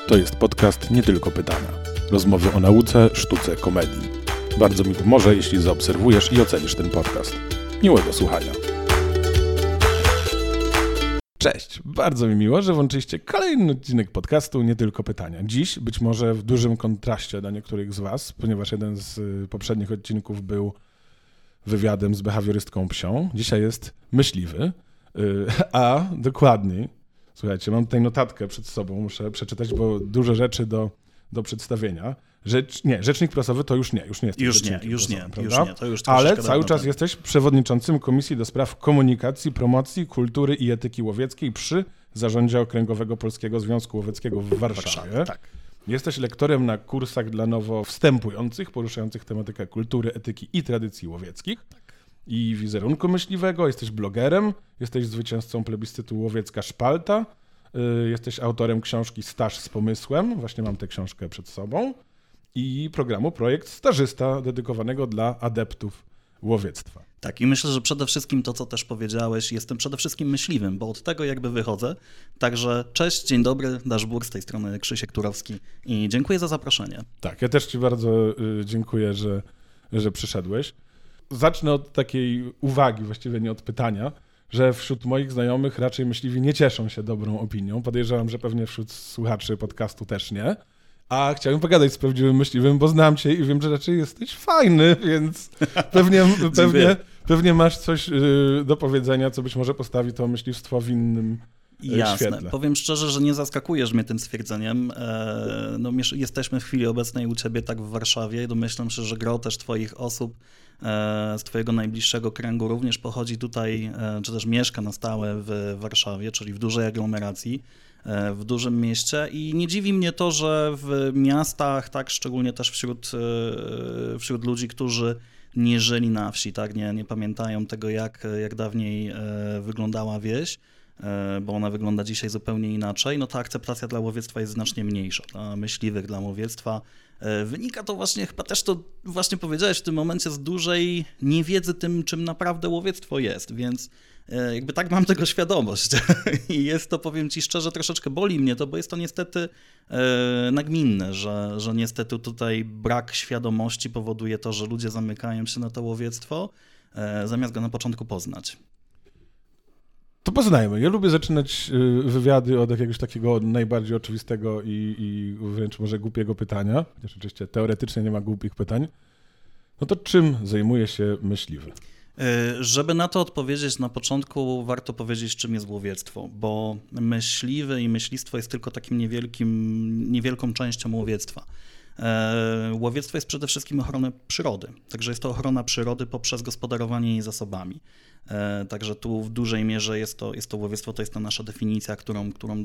To jest podcast Nie Tylko Pytania. Rozmowy o nauce, sztuce, komedii. Bardzo mi pomoże, jeśli zaobserwujesz i ocenisz ten podcast. Miłego słuchania. Cześć, bardzo mi miło, że włączyliście kolejny odcinek podcastu Nie Tylko Pytania. Dziś, być może w dużym kontraście dla niektórych z was, ponieważ jeden z poprzednich odcinków był wywiadem z behawiorystką psią. Dzisiaj jest myśliwy, a dokładniej, słuchajcie, mam tutaj notatkę przed sobą, muszę przeczytać, bo dużo rzeczy do przedstawienia. Rzecznik prasowy to już nie jest. Już nie. To już ale cały czas jesteś przewodniczącym Komisji do Spraw Komunikacji, Promocji, Kultury i Etyki Łowieckiej przy Zarządzie Okręgowego Polskiego Związku Łowieckiego w Warszawie. Tak. Jesteś lektorem na kursach dla nowo wstępujących, poruszających tematykę kultury, etyki i tradycji łowieckich. I wizerunku myśliwego, jesteś blogerem, jesteś zwycięzcą plebiscytu Łowiecka Szpalta, jesteś autorem książki Staż z pomysłem, właśnie mam tę książkę przed sobą, i programu Projekt Stażysta, dedykowanego dla adeptów łowiectwa. Tak, i myślę, że przede wszystkim to, co też powiedziałeś, jestem przede wszystkim myśliwym, bo od tego jakby wychodzę. Także cześć, dzień dobry, Dashbur, z tej strony Krzysiek Turowski i dziękuję za zaproszenie. Tak, ja też ci bardzo dziękuję, że przyszedłeś. Zacznę od takiej uwagi, właściwie nie od pytania, że wśród moich znajomych raczej myśliwi nie cieszą się dobrą opinią. Podejrzewam, że pewnie wśród słuchaczy podcastu też nie. A chciałem pogadać z prawdziwym myśliwym, bo znam cię i wiem, że raczej jesteś fajny, więc pewnie masz coś do powiedzenia, co być może postawi to myśliwstwo w innym Jasne. świetle. Powiem szczerze, że nie zaskakujesz mnie tym stwierdzeniem. Jesteśmy w chwili obecnej u ciebie tak w Warszawie. Domyślam się, że gro też twoich osób z twojego najbliższego kręgu również pochodzi tutaj, czy też mieszka na stałe w Warszawie, czyli w dużej aglomeracji, w dużym mieście, i nie dziwi mnie to, że w miastach, tak, szczególnie też wśród ludzi, którzy nie żyli na wsi, tak, nie pamiętają tego, jak dawniej wyglądała wieś, bo ona wygląda dzisiaj zupełnie inaczej, no ta akceptacja dla łowiectwa jest znacznie mniejsza, dla myśliwych, dla łowiectwa. Wynika to właśnie, chyba też to właśnie powiedziałeś w tym momencie, z dużej niewiedzy tym, czym naprawdę łowiectwo jest, więc jakby tak mam tego świadomość i jest to, powiem ci szczerze, troszeczkę boli mnie to, bo jest to niestety nagminne, że niestety tutaj brak świadomości powoduje to, że ludzie zamykają się na to łowiectwo, zamiast go na początku poznać. To poznajmy. Ja lubię zaczynać wywiady od jakiegoś takiego najbardziej oczywistego i wręcz może głupiego pytania, chociaż oczywiście teoretycznie nie ma głupich pytań. No to czym zajmuje się myśliwy? Żeby na to odpowiedzieć na początku, warto powiedzieć, czym jest łowiectwo, bo myśliwy i myślistwo jest tylko takim niewielką częścią łowiectwa. Łowiectwo jest przede wszystkim ochroną przyrody, także jest to ochrona przyrody poprzez gospodarowanie jej zasobami. Także tu w dużej mierze jest to łowiectwo, to jest ta nasza definicja, którą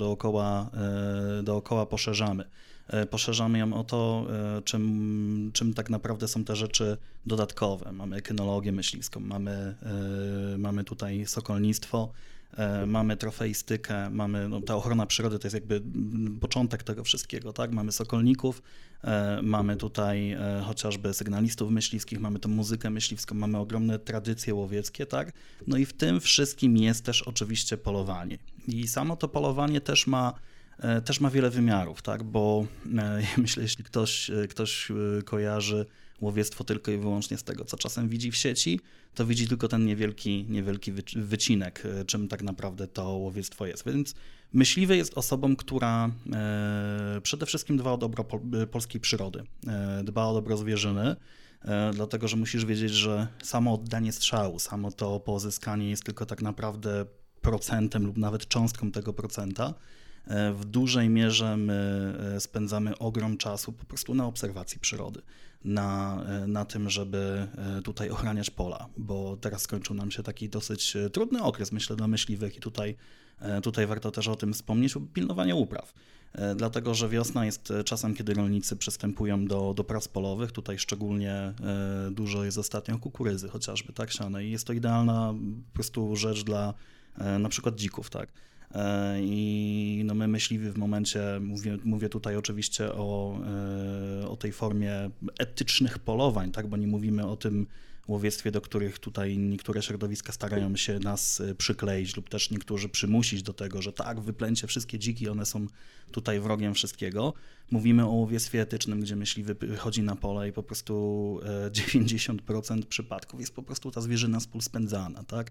dookoła poszerzamy. Poszerzamy ją o to, czym tak naprawdę są te rzeczy dodatkowe. Mamy kynologię myśliwską, mamy tutaj sokolnictwo, mamy trofeistykę, ta ochrona przyrody to jest jakby początek tego wszystkiego, tak? Mamy sokolników, mamy tutaj chociażby sygnalistów myśliwskich, mamy tą muzykę myśliwską, mamy ogromne tradycje łowieckie, tak? No i w tym wszystkim jest też oczywiście polowanie. I samo to polowanie też ma wiele wymiarów, tak? Bo myślę, jeśli ktoś kojarzy łowiectwo tylko i wyłącznie z tego, co czasem widzi w sieci, to widzi tylko ten niewielki wycinek, czym tak naprawdę to łowiectwo jest. Więc myśliwy jest osobą, która przede wszystkim dba o dobro polskiej przyrody, dba o dobro zwierzyny, dlatego że musisz wiedzieć, że samo oddanie strzału, samo to pozyskanie jest tylko tak naprawdę procentem lub nawet cząstką tego procenta. W dużej mierze my spędzamy ogrom czasu po prostu na obserwacji przyrody, na tym, żeby tutaj ochraniać pola, bo teraz skończył nam się taki dosyć trudny okres, myślę, dla myśliwych i tutaj warto też o tym wspomnieć, o pilnowaniu upraw, dlatego że wiosna jest czasem, kiedy rolnicy przystępują do prac polowych, tutaj szczególnie dużo jest ostatnio kukurydzy chociażby, tak, siane, i jest to idealna po prostu rzecz dla na przykład dzików, tak. I my myśliwi w momencie, mówię tutaj oczywiście o tej formie etycznych polowań, tak, bo nie mówimy o tym łowiectwie, do których tutaj niektóre środowiska starają się nas przykleić lub też niektórzy przymusić do tego, że tak, wyplęcie wszystkie dziki, one są tutaj wrogiem wszystkiego. Mówimy o łowiectwie etycznym, gdzie myśliwy wychodzi na pole i po prostu 90% przypadków jest po prostu ta zwierzyna współspędzana, tak?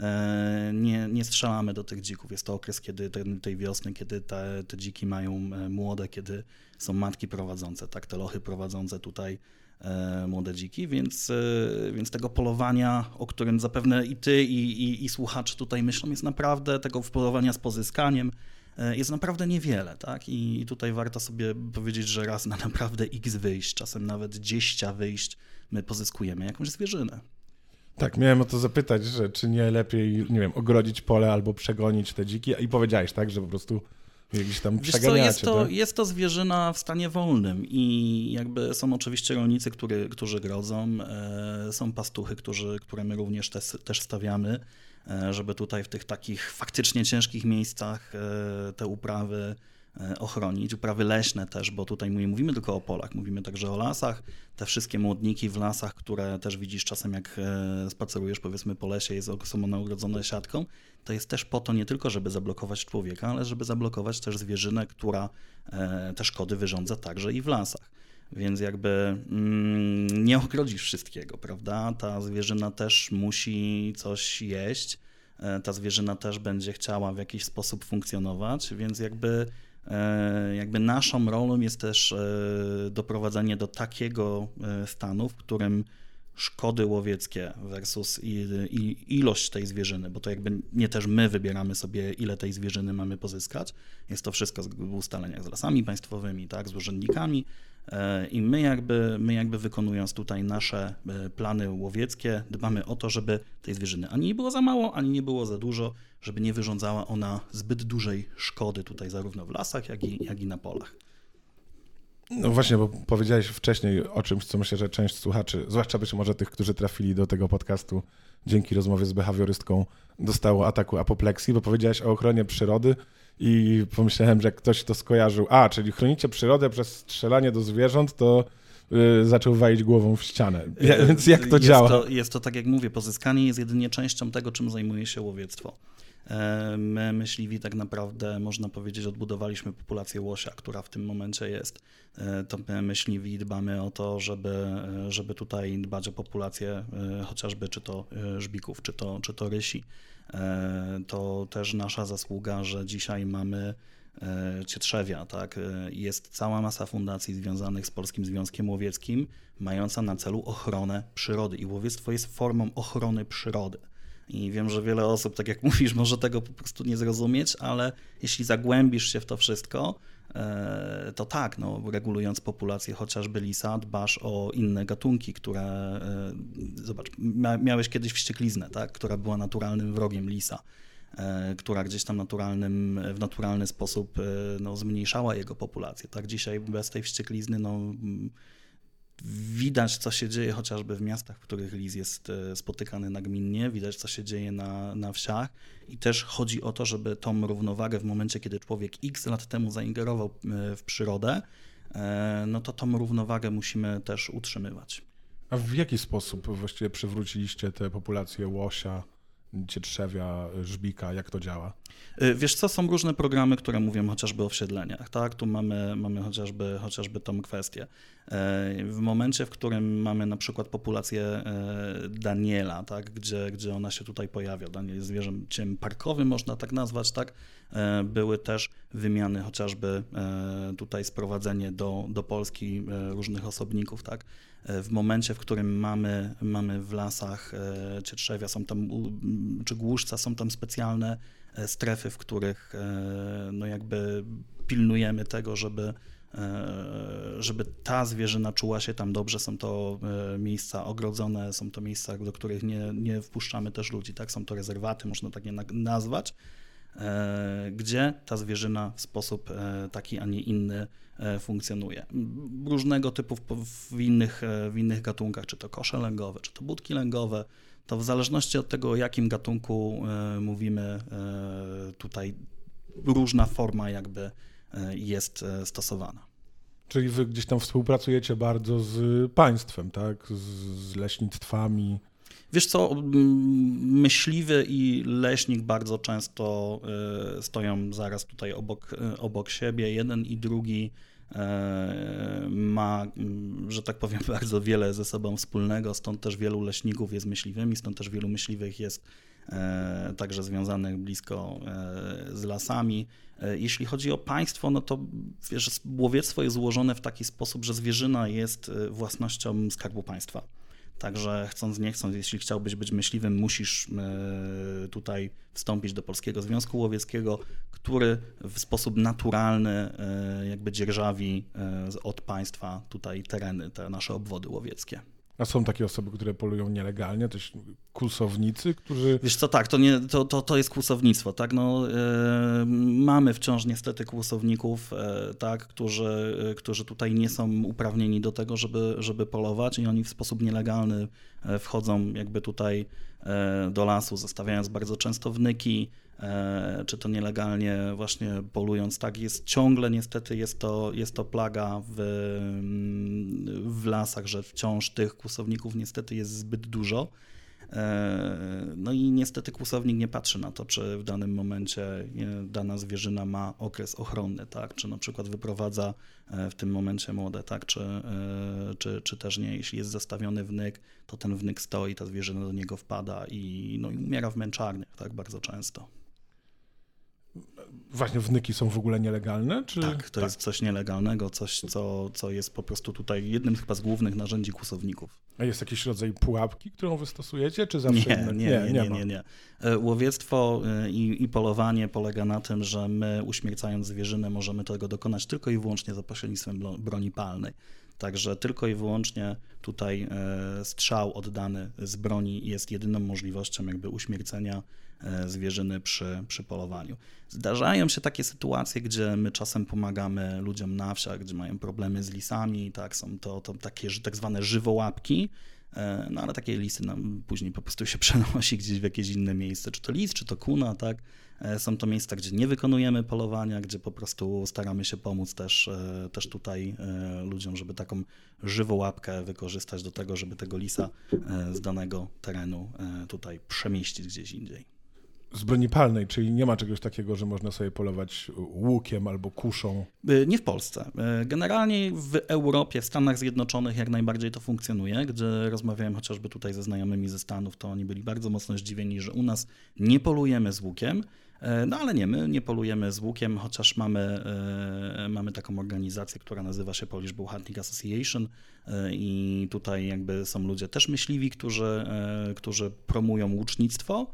Nie strzelamy do tych dzików. Jest to okres, kiedy tej wiosny, kiedy te dziki mają młode, kiedy są matki prowadzące, tak? Te lochy prowadzące tutaj młode dziki, więc tego polowania, o którym zapewne i ty, i słuchacze tutaj myślą, jest naprawdę, tego polowania z pozyskaniem, jest naprawdę niewiele, tak? I tutaj warto sobie powiedzieć, że raz na naprawdę x wyjść, czasem nawet 10 wyjść, my pozyskujemy jakąś zwierzynę. Tak, miałem o to zapytać, że czy nie lepiej, nie wiem, ogrodzić pole albo przegonić te dziki i powiedziałeś, tak, że po prostu gdzieś tam przeganiacie. Jest to zwierzyna w stanie wolnym i jakby są oczywiście rolnicy, którzy grodzą, są pastuchy, które my również też stawiamy, żeby tutaj w tych takich faktycznie ciężkich miejscach te uprawy ochronić, uprawy leśne też, bo tutaj nie mówimy tylko o polach, mówimy także o lasach, te wszystkie młodniki w lasach, które też widzisz czasem jak spacerujesz powiedzmy po lesie, są one ogrodzone siatką, to jest też po to nie tylko, żeby zablokować człowieka, ale żeby zablokować też zwierzynę, która te szkody wyrządza także i w lasach. Więc jakby nie ogrodzisz wszystkiego, prawda? Ta zwierzyna też musi coś jeść, ta zwierzyna też będzie chciała w jakiś sposób funkcjonować, więc jakby naszą rolą jest też doprowadzenie do takiego stanu, w którym szkody łowieckie versus ilość tej zwierzyny, bo to jakby nie też my wybieramy sobie, ile tej zwierzyny mamy pozyskać. Jest to wszystko w ustaleniach z lasami państwowymi, tak, z urzędnikami i my jakby wykonując tutaj nasze plany łowieckie, dbamy o to, żeby tej zwierzyny ani nie było za mało, ani nie było za dużo, żeby nie wyrządzała ona zbyt dużej szkody tutaj zarówno w lasach, jak i na polach. No właśnie, bo powiedziałeś wcześniej o czymś, co myślę, że część słuchaczy, zwłaszcza być może tych, którzy trafili do tego podcastu dzięki rozmowie z behawiorystką, dostało ataku apopleksji, bo powiedziałeś o ochronie przyrody i pomyślałem, że jak ktoś to skojarzył, czyli chronicie przyrodę przez strzelanie do zwierząt, to zaczął walić głową w ścianę. Więc jak to działa? Jest to tak jak mówię, pozyskanie jest jedynie częścią tego, czym zajmuje się łowiectwo. My, myśliwi, tak naprawdę, można powiedzieć, odbudowaliśmy populację łosia, która w tym momencie jest. To my, myśliwi, dbamy o to, żeby tutaj dbać o populację chociażby czy to żbików, czy to rysi. To też nasza zasługa, że dzisiaj mamy cietrzewia, tak? Jest cała masa fundacji związanych z Polskim Związkiem Łowieckim, mająca na celu ochronę przyrody i łowiectwo jest formą ochrony przyrody. I wiem, że wiele osób, tak jak mówisz, może tego po prostu nie zrozumieć, ale jeśli zagłębisz się w to wszystko, to tak, regulując populację chociażby lisa, dbasz o inne gatunki, które, zobacz, miałeś kiedyś wściekliznę, tak, która była naturalnym wrogiem lisa, która gdzieś tam w naturalny sposób zmniejszała jego populację. Tak, dzisiaj bez tej wścieklizny widać, co się dzieje chociażby w miastach, w których lis jest spotykany nagminnie, widać, co się dzieje na wsiach i też chodzi o to, żeby tą równowagę w momencie, kiedy człowiek x lat temu zaingerował w przyrodę, to tą równowagę musimy też utrzymywać. A w jaki sposób właściwie przywróciliście tę populację łosia, cietrzewia, żbika, jak to działa? Wiesz co, są różne programy, które mówią chociażby o wsiedleniach, tak? Tu mamy chociażby tą kwestię. W momencie, w którym mamy na przykład populację daniela, tak? Gdzie ona się tutaj pojawia, daniel jest zwierzęciem parkowym, można tak nazwać, tak? Były też wymiany, chociażby tutaj sprowadzenie do Polski różnych osobników, tak? W momencie, w którym mamy w lasach cietrzewia, są tam, czy głuszca, są tam specjalne strefy, w których jakby pilnujemy tego, żeby ta zwierzyna czuła się tam dobrze. Są to miejsca ogrodzone, są to miejsca, do których nie wpuszczamy też ludzi, tak? Są to rezerwaty, można tak je nazwać, gdzie ta zwierzyna w sposób taki, a nie inny funkcjonuje. Różnego typu w innych gatunkach, czy to kosze lęgowe, czy to budki lęgowe, to w zależności od tego, o jakim gatunku mówimy, tutaj różna forma jakby jest stosowana. Czyli wy gdzieś tam współpracujecie bardzo z państwem, tak? Z leśnictwami, Wiesz co, myśliwy i leśnik bardzo często stoją zaraz tutaj obok siebie. Jeden i drugi ma, że tak powiem, bardzo wiele ze sobą wspólnego, stąd też wielu leśników jest myśliwymi, stąd też wielu myśliwych jest także związanych blisko z lasami. Jeśli chodzi o państwo, no to wiesz, łowiectwo jest złożone w taki sposób, że zwierzyna jest własnością Skarbu Państwa. Także chcąc, nie chcąc, jeśli chciałbyś być myśliwym, musisz tutaj wstąpić do Polskiego Związku Łowieckiego, który w sposób naturalny jakby dzierżawi od państwa tutaj tereny, te nasze obwody łowieckie. A są takie osoby, które polują nielegalnie, to kłusownicy, którzy... Wiesz co, tak, to jest kłusownictwo, tak, no, mamy wciąż niestety kłusowników, tak, którzy tutaj nie są uprawnieni do tego, żeby polować i oni w sposób nielegalny wchodzą jakby tutaj do lasu, zostawiając bardzo często wnyki, czy to nielegalnie właśnie polując, tak, jest ciągle niestety jest to plaga w lasach, że wciąż tych kłusowników niestety jest zbyt dużo. No i niestety kłusownik nie patrzy na to, czy w danym momencie dana zwierzyna ma okres ochronny, tak, czy na przykład wyprowadza w tym momencie młode, tak, czy też nie. Jeśli jest zastawiony wnyk, to ten wnyk stoi, ta zwierzyna do niego wpada i umiera w męczarniach, tak, bardzo często. Właśnie wnyki są w ogóle nielegalne? Czy... Tak, to jest coś nielegalnego, coś, co jest po prostu tutaj jednym chyba z głównych narzędzi kłusowników. A jest jakiś rodzaj pułapki, którą wy stosujecie, czy zawsze Nie. Łowiectwo i polowanie polega na tym, że my uśmiercając zwierzynę możemy tego dokonać tylko i wyłącznie za pośrednictwem broni palnej. Także tylko i wyłącznie tutaj strzał oddany z broni jest jedyną możliwością jakby uśmiercenia zwierzyny przy polowaniu. Zdarzają się takie sytuacje, gdzie my czasem pomagamy ludziom na wsiach, gdzie mają problemy z lisami, tak, są to takie tak zwane żywołapki, no ale takie lisy nam później po prostu się przenosi gdzieś w jakieś inne miejsce, czy to lis, czy to kuna, tak. Są to miejsca, gdzie nie wykonujemy polowania, gdzie po prostu staramy się pomóc też tutaj ludziom, żeby taką żywołapkę wykorzystać do tego, żeby tego lisa z danego terenu tutaj przemieścić gdzieś indziej. Z broni palnej, czyli nie ma czegoś takiego, że można sobie polować łukiem albo kuszą? Nie w Polsce. Generalnie w Europie, w Stanach Zjednoczonych jak najbardziej to funkcjonuje. Gdy rozmawiałem chociażby tutaj ze znajomymi ze Stanów, to oni byli bardzo mocno zdziwieni, że u nas nie polujemy z łukiem. No ale nie, my nie polujemy z łukiem, chociaż mamy taką organizację, która nazywa się Polish Bow Hunting Association i tutaj jakby są ludzie też myśliwi, którzy promują łucznictwo.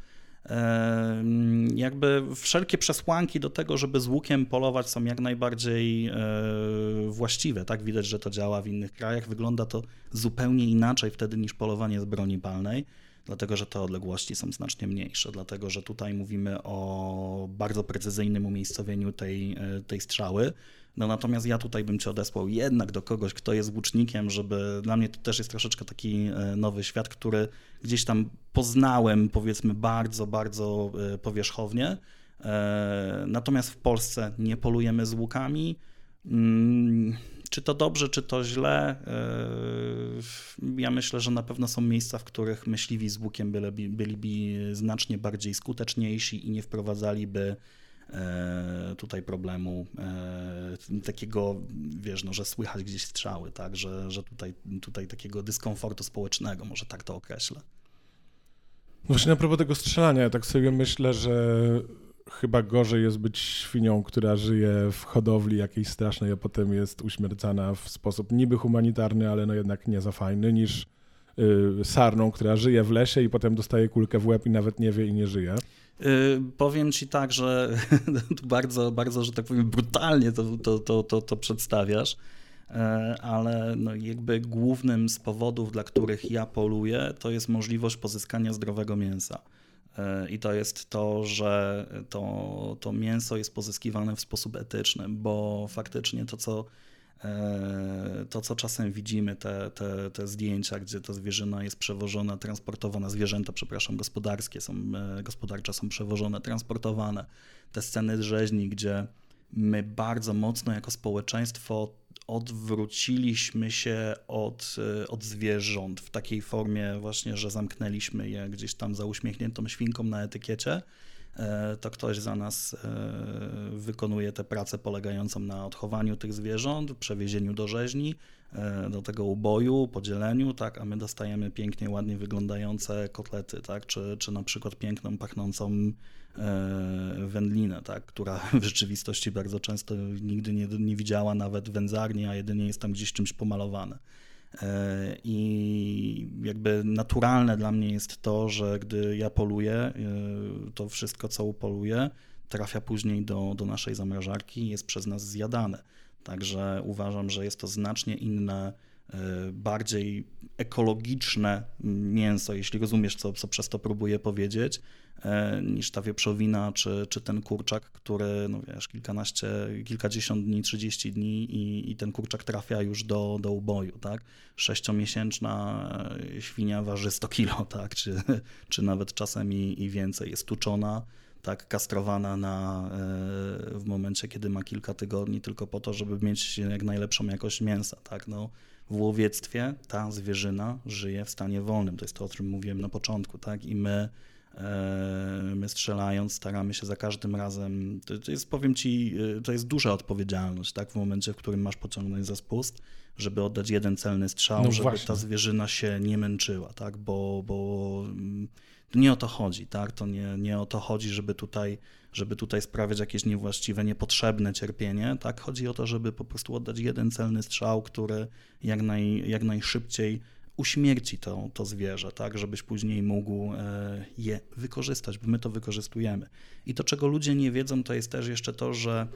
Jakby wszelkie przesłanki do tego, żeby z łukiem polować są jak najbardziej właściwe. Tak, widać, że to działa w innych krajach. Wygląda to zupełnie inaczej wtedy niż polowanie z broni palnej, dlatego że te odległości są znacznie mniejsze, dlatego że tutaj mówimy o bardzo precyzyjnym umiejscowieniu tej strzały. No natomiast ja tutaj bym cię odesłał jednak do kogoś, kto jest łucznikiem, żeby dla mnie to też jest troszeczkę taki nowy świat, który gdzieś tam poznałem, powiedzmy, bardzo, bardzo powierzchownie. Natomiast w Polsce nie polujemy z łukami. Czy to dobrze, czy to źle? Ja myślę, że na pewno są miejsca, w których myśliwi z łukiem byliby znacznie bardziej skuteczniejsi i nie wprowadzaliby tutaj problemu takiego, wiesz, no, że słychać gdzieś strzały, tak, że tutaj takiego dyskomfortu społecznego, może tak to określę. No właśnie a propos tego strzelania, ja tak sobie myślę, że chyba gorzej jest być świnią, która żyje w hodowli jakiejś strasznej, a potem jest uśmiercana w sposób niby humanitarny, ale no jednak nie za fajny, niż sarną, która żyje w lesie i potem dostaje kulkę w łeb i nawet nie wie i nie żyje. Powiem ci tak, że bardzo, bardzo, że tak powiem, brutalnie to przedstawiasz, ale no jakby głównym z powodów, dla których ja poluję, to jest możliwość pozyskania zdrowego mięsa. I to jest to, że to mięso jest pozyskiwane w sposób etyczny, bo faktycznie to, co czasem widzimy, te zdjęcia, gdzie ta zwierzyna jest przewożona, transportowana, zwierzęta, przepraszam, gospodarcze są przewożone, transportowane, te sceny rzeźni, gdzie my bardzo mocno jako społeczeństwo odwróciliśmy się od zwierząt w takiej formie właśnie, że zamknęliśmy je gdzieś tam za uśmiechniętą świnką na etykiecie, to ktoś za nas wykonuje tę pracę polegającą na odchowaniu tych zwierząt, przewiezieniu do rzeźni, do tego uboju, podzieleniu, tak, a my dostajemy pięknie, ładnie wyglądające kotlety, tak, czy na przykład piękną, pachnącą wędlinę, tak, która w rzeczywistości bardzo często nigdy nie widziała nawet wędzarni, a jedynie jest tam gdzieś czymś pomalowane. I jakby naturalne dla mnie jest to, że gdy ja poluję, to wszystko, co upoluję, trafia później do naszej zamrażarki i jest przez nas zjadane. Także uważam, że jest to znacznie inne, bardziej ekologiczne mięso, jeśli rozumiesz, co przez to próbuję powiedzieć, niż ta wieprzowina czy ten kurczak, który, no wiesz, kilkadziesiąt dni, 30 dni i ten kurczak trafia już do uboju, tak? 6-miesięczna świnia waży 100 kilo, tak? Czy nawet czasem i więcej. Jest tuczona, tak, kastrowana w momencie, kiedy ma kilka tygodni, tylko po to, żeby mieć jak najlepszą jakość mięsa, tak? No, w łowiectwie ta zwierzyna żyje w stanie wolnym. To jest to, o czym mówiłem na początku, tak? I my strzelając staramy się za każdym razem, to jest, powiem ci, to jest duża odpowiedzialność, tak? W momencie, w którym masz pociągnąć za spust, żeby oddać jeden celny strzał, no żeby właśnie. ta zwierzyna się nie męczyła, tak? Bo nie o to chodzi, tak? To nie o to chodzi, żeby tutaj sprawiać jakieś niewłaściwe, niepotrzebne cierpienie, tak? Chodzi o to, żeby po prostu oddać jeden celny strzał, który jak najszybciej uśmierci to zwierzę, tak? Żebyś później mógł je wykorzystać, bo my to wykorzystujemy. I to, czego ludzie nie wiedzą, to jest też jeszcze to, że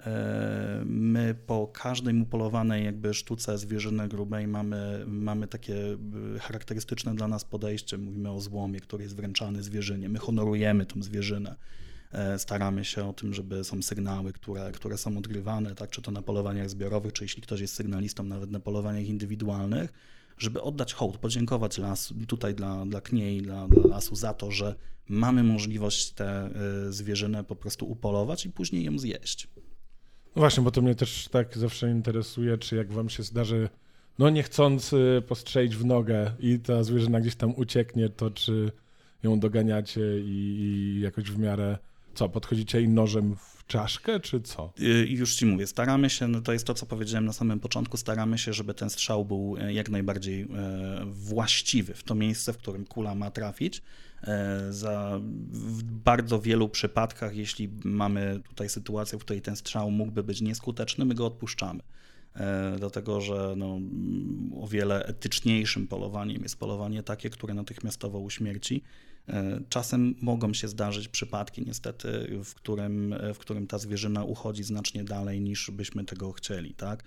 my po każdej upolowanej jakby sztuce zwierzyny grubej mamy takie charakterystyczne dla nas podejście. Mówimy o złomie, który jest wręczany zwierzynie. My honorujemy tą zwierzynę. Staramy się o tym, żeby są sygnały, które są odgrywane, tak? Czy to na polowaniach zbiorowych, czy jeśli ktoś jest sygnalistą, nawet na polowaniach indywidualnych, żeby oddać hołd, podziękować lasu, tutaj dla Kniei, dla lasu za to, że mamy możliwość tę zwierzynę po prostu upolować i później ją zjeść. No właśnie, bo to mnie też tak zawsze interesuje, czy jak wam się zdarzy, no niechcąc postrzelić w nogę i ta zwierzyna gdzieś tam ucieknie, to czy ją doganiacie i jakoś w miarę, podchodzicie jej nożem w czaszkę, czy co? Już ci mówię, staramy się, no to jest to, co powiedziałem na samym początku, staramy się, żeby ten strzał był jak najbardziej właściwy w to miejsce, w którym kula ma trafić. W bardzo wielu przypadkach, jeśli mamy tutaj sytuację, w której ten strzał mógłby być nieskuteczny, my go odpuszczamy. Dlatego, że o wiele etyczniejszym polowaniem jest polowanie takie, które natychmiastowo uśmierci. Czasem mogą się zdarzyć przypadki niestety, w którym ta zwierzyna uchodzi znacznie dalej niż byśmy tego chcieli, tak?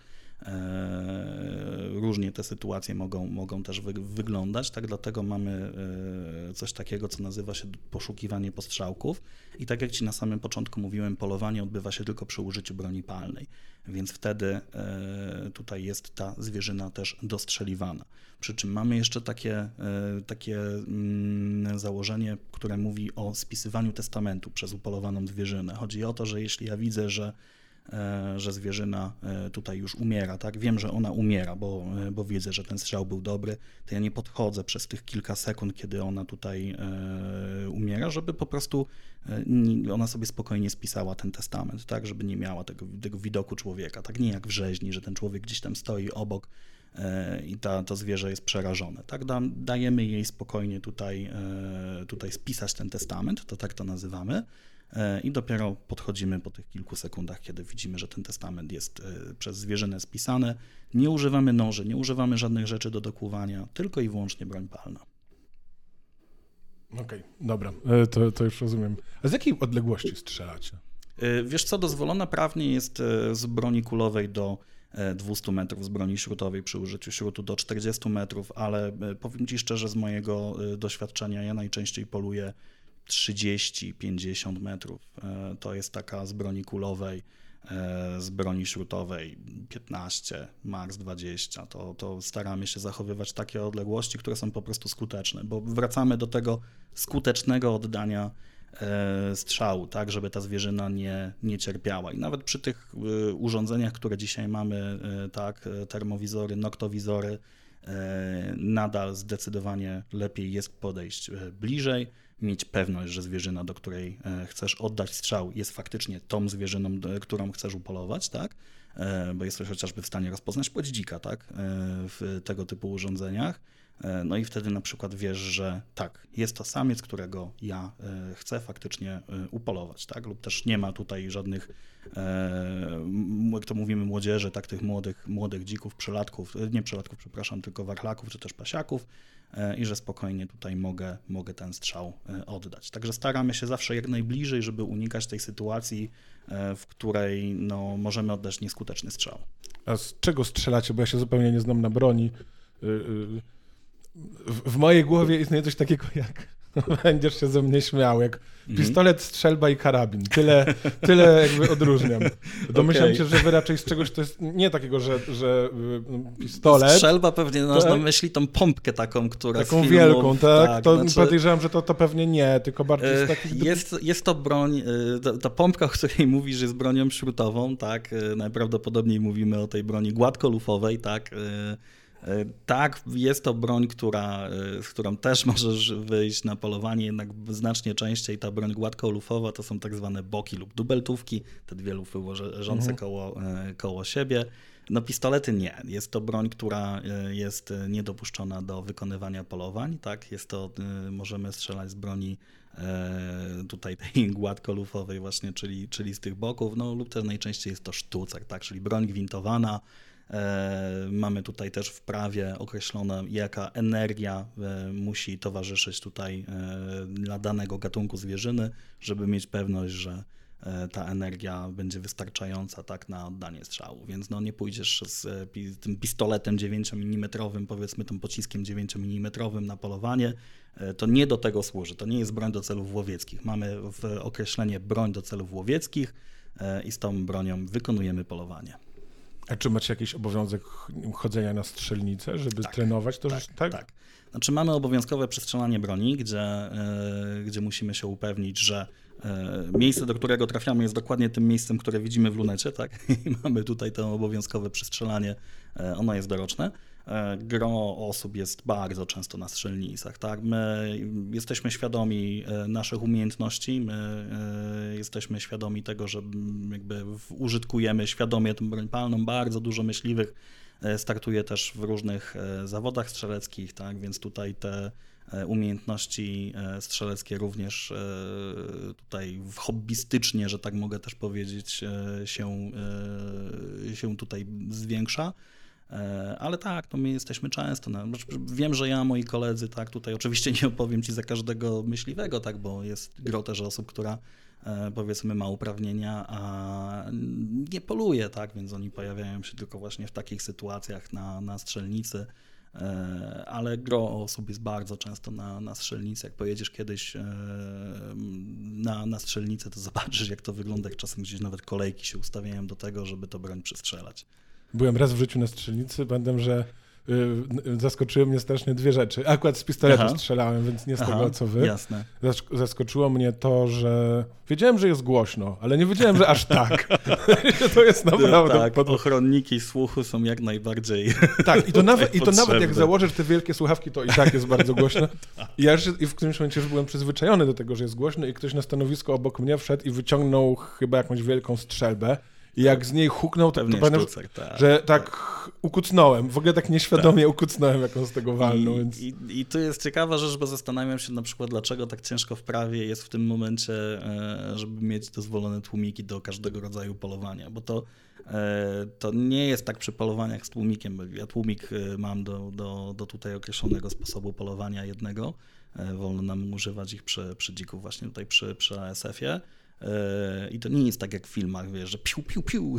Różnie te sytuacje mogą też wyglądać, tak? Dlatego mamy coś takiego, co nazywa się poszukiwanie postrzałków i tak jak ci na samym początku mówiłem, polowanie odbywa się tylko przy użyciu broni palnej, więc wtedy tutaj jest ta zwierzyna też dostrzeliwana. Przy czym mamy jeszcze takie założenie, które mówi o spisywaniu testamentu przez upolowaną zwierzynę. Chodzi o to, że jeśli ja widzę, że zwierzyna tutaj już umiera, tak? Wiem, że ona umiera, bo widzę, że ten strzał był dobry, to ja nie podchodzę przez tych kilka sekund, kiedy ona tutaj umiera, żeby po prostu ona sobie spokojnie spisała ten testament, tak? Żeby nie miała tego widoku człowieka, tak? Nie jak w rzeźni, że ten człowiek gdzieś tam stoi obok i to zwierzę jest przerażone, tak? Dajemy jej spokojnie tutaj spisać ten testament, to tak to nazywamy. I dopiero podchodzimy po tych kilku sekundach, kiedy widzimy, że ten testament jest przez zwierzynę spisany. Nie używamy noży, nie używamy żadnych rzeczy do dokłuwania, tylko i wyłącznie broń palna. Okej, dobra, to już rozumiem. A z jakiej odległości strzelacie? Wiesz co, dozwolone prawnie jest z broni kulowej do 200 metrów, z broni śrutowej przy użyciu śrutu do 40 metrów, ale powiem ci szczerze, z mojego doświadczenia ja najczęściej poluję 30-50 metrów. To jest taka z broni kulowej, z broni śrutowej 15, max 20. To staramy się zachowywać takie odległości, które są po prostu skuteczne, bo wracamy do tego skutecznego oddania strzału, tak, żeby ta zwierzyna nie cierpiała. I nawet przy tych urządzeniach, które dzisiaj mamy, tak, termowizory, noktowizory, nadal zdecydowanie lepiej jest podejść bliżej, mieć pewność, że zwierzyna, do której chcesz oddać strzał, jest faktycznie tą zwierzyną, którą chcesz upolować, tak? Bo jesteś chociażby w stanie rozpoznać płeć dzika, tak? W tego typu urządzeniach. No i wtedy na przykład wiesz, że tak, jest to samiec, którego ja chcę faktycznie upolować, tak? Lub też nie ma tutaj żadnych, jak to mówimy, młodzieży, tak, tych młodych dzików, tylko warchlaków czy też pasiaków i że spokojnie tutaj mogę ten strzał oddać. Także staramy się zawsze jak najbliżej, żeby unikać tej sytuacji, w której no, możemy oddać nieskuteczny strzał. A z czego strzelacie? Bo ja się zupełnie nie znam na broni. W mojej głowie istnieje coś takiego jak, będziesz się ze mnie śmiał, jak pistolet, strzelba i karabin. Tyle jakby odróżniam. Domyślam się, że wy raczej z czegoś, to jest nie takiego, że pistolet... Strzelba pewnie masz na myśli tą pompkę taką, która taką z filmów, wielką, tak? To znaczy, podejrzewam, że to pewnie nie, tylko bardziej z takich... Jest to broń, ta pompka, o której mówisz, jest bronią śrutową, tak? Najprawdopodobniej mówimy o tej broni gładkolufowej, tak? Tak, jest to broń, z którą też możesz wyjść na polowanie, jednak znacznie częściej ta broń gładkolufowa to są tak zwane boki lub dubeltówki, te dwie lufy leżące koło siebie. No pistolety nie. Jest to broń, która jest niedopuszczona do wykonywania polowań. Tak? Jest to, możemy strzelać z broni tutaj tej gładkolufowej właśnie, czyli z tych boków, no lub też najczęściej jest to sztucer, tak? Czyli broń gwintowana. Mamy tutaj też w prawie określone, jaka energia musi towarzyszyć tutaj dla danego gatunku zwierzyny, żeby mieć pewność, że ta energia będzie wystarczająca tak na oddanie strzału. Więc no nie pójdziesz z tym pistoletem 9 mm, powiedzmy tym pociskiem 9 mm na polowanie. To nie do tego służy. To nie jest broń do celów łowieckich. Mamy określenie broń do celów łowieckich i z tą bronią wykonujemy polowanie. A czy macie jakiś obowiązek chodzenia na strzelnicę, żeby trenować to? Tak. Znaczy mamy obowiązkowe przestrzelanie broni, gdzie musimy się upewnić, że miejsce, do którego trafiamy, jest dokładnie tym miejscem, które widzimy w lunecie, tak? I mamy tutaj to obowiązkowe przestrzelanie, ono jest doroczne. Gro osób jest bardzo często na strzelnicach, tak? My jesteśmy świadomi naszych umiejętności, my jesteśmy świadomi tego, że jakby użytkujemy świadomie tę broń palną. Bardzo dużo myśliwych startuje też w różnych zawodach strzeleckich, tak? Więc tutaj te umiejętności strzeleckie również tutaj hobbystycznie, że tak mogę też powiedzieć, się tutaj zwiększa. Ale tak, no my jesteśmy często. Wiem, że ja, moi koledzy, tak, tutaj oczywiście nie opowiem ci za każdego myśliwego, tak, bo jest gro też osób, która powiedzmy ma uprawnienia, a nie poluje, tak, więc oni pojawiają się tylko właśnie w takich sytuacjach na strzelnicy, ale gro osób jest bardzo często na strzelnicy. Jak pojedziesz kiedyś na strzelnicę, to zobaczysz, jak to wygląda, jak czasem gdzieś nawet kolejki się ustawiają do tego, żeby to broń przestrzelać. Byłem raz w życiu na strzelnicy, pamiętam, że zaskoczyły mnie strasznie dwie rzeczy. Akurat z pistoletu strzelałem, więc nie z tego, co wy. Jasne. Zaskoczyło mnie to, że wiedziałem, że jest głośno, ale nie wiedziałem, że aż tak. To jest naprawdę... Tak, ochronniki słuchu są jak najbardziej tak, i to nawet jak założysz te wielkie słuchawki, to i tak jest bardzo głośno. I w którymś momencie już byłem przyzwyczajony do tego, że jest głośno i ktoś na stanowisko obok mnie wszedł i wyciągnął chyba jakąś wielką strzelbę. I jak z niej huknął, to pamiętam, że tak ukucnąłem. W ogóle tak nieświadomie ukucnąłem, jak on z tego walnął. Więc... I tu jest ciekawa rzecz, bo zastanawiam się na przykład, dlaczego tak ciężko w prawie jest w tym momencie, żeby mieć dozwolone tłumiki do każdego rodzaju polowania, bo to nie jest tak przy polowaniach z tłumikiem. Ja tłumik mam do tutaj określonego sposobu polowania jednego. Wolno nam używać ich przy dziku właśnie tutaj przy ASF-ie. I to nie jest tak jak w filmach, wiesz, że piu, piu, piu,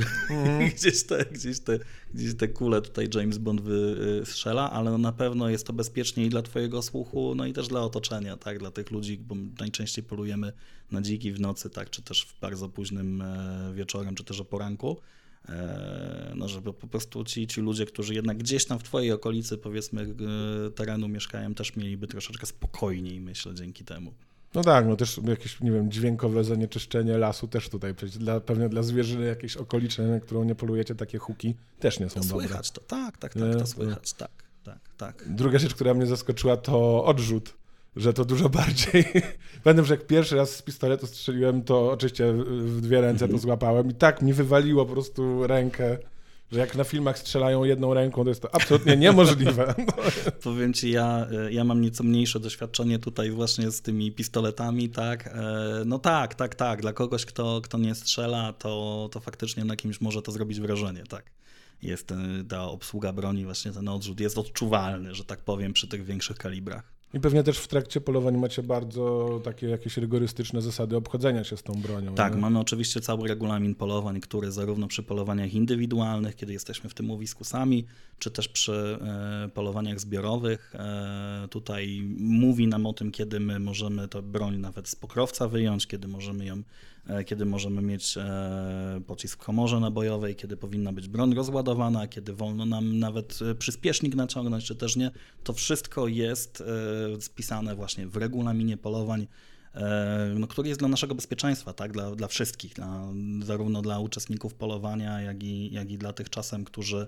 gdzieś te kule tutaj James Bond strzela, ale no na pewno jest to bezpiecznie i dla twojego słuchu, no i też dla otoczenia, tak, dla tych ludzi, bo najczęściej polujemy na dziki w nocy, tak, czy też w bardzo późnym wieczorem, czy też o poranku, no żeby po prostu ci ludzie, którzy jednak gdzieś tam w twojej okolicy, powiedzmy, terenu mieszkają, też mieliby troszeczkę spokojniej, myślę, dzięki temu. No tak, no też jakieś, nie wiem, dźwiękowe zanieczyszczenie lasu też tutaj, pewnie dla zwierzyny jakiejś okolicznej, na którą nie polujecie, takie huki też nie są dobre. Słychać to, tak, to słychać, tak. Druga rzecz, która mnie zaskoczyła, to odrzut, że to dużo bardziej... Pamiętam, że jak pierwszy raz z pistoletu strzeliłem, to oczywiście w 2 ręce to złapałem i tak mi wywaliło po prostu rękę, że jak na filmach strzelają jedną ręką, to jest to absolutnie niemożliwe. Powiem ci, ja mam nieco mniejsze doświadczenie tutaj właśnie z tymi pistoletami, tak. No tak. Dla kogoś, kto nie strzela, to faktycznie na kimś może to zrobić wrażenie, tak. Jest ta obsługa broni, właśnie ten odrzut jest odczuwalny, że tak powiem, przy tych większych kalibrach. I pewnie też w trakcie polowań macie bardzo takie jakieś rygorystyczne zasady obchodzenia się z tą bronią. Tak, nie? mamy oczywiście cały regulamin polowań, który zarówno przy polowaniach indywidualnych, kiedy jesteśmy w tym łowisku sami, czy też przy polowaniach zbiorowych, tutaj mówi nam o tym, kiedy my możemy tę broń nawet z pokrowca wyjąć, kiedy możemy mieć pocisk w komorze nabojowej, kiedy powinna być broń rozładowana, kiedy wolno nam nawet przyspiesznik naciągnąć, czy też nie. To wszystko jest spisane właśnie w regulaminie polowań, który jest dla naszego bezpieczeństwa, tak? Dla wszystkich, zarówno dla uczestników polowania, jak i dla tych czasem,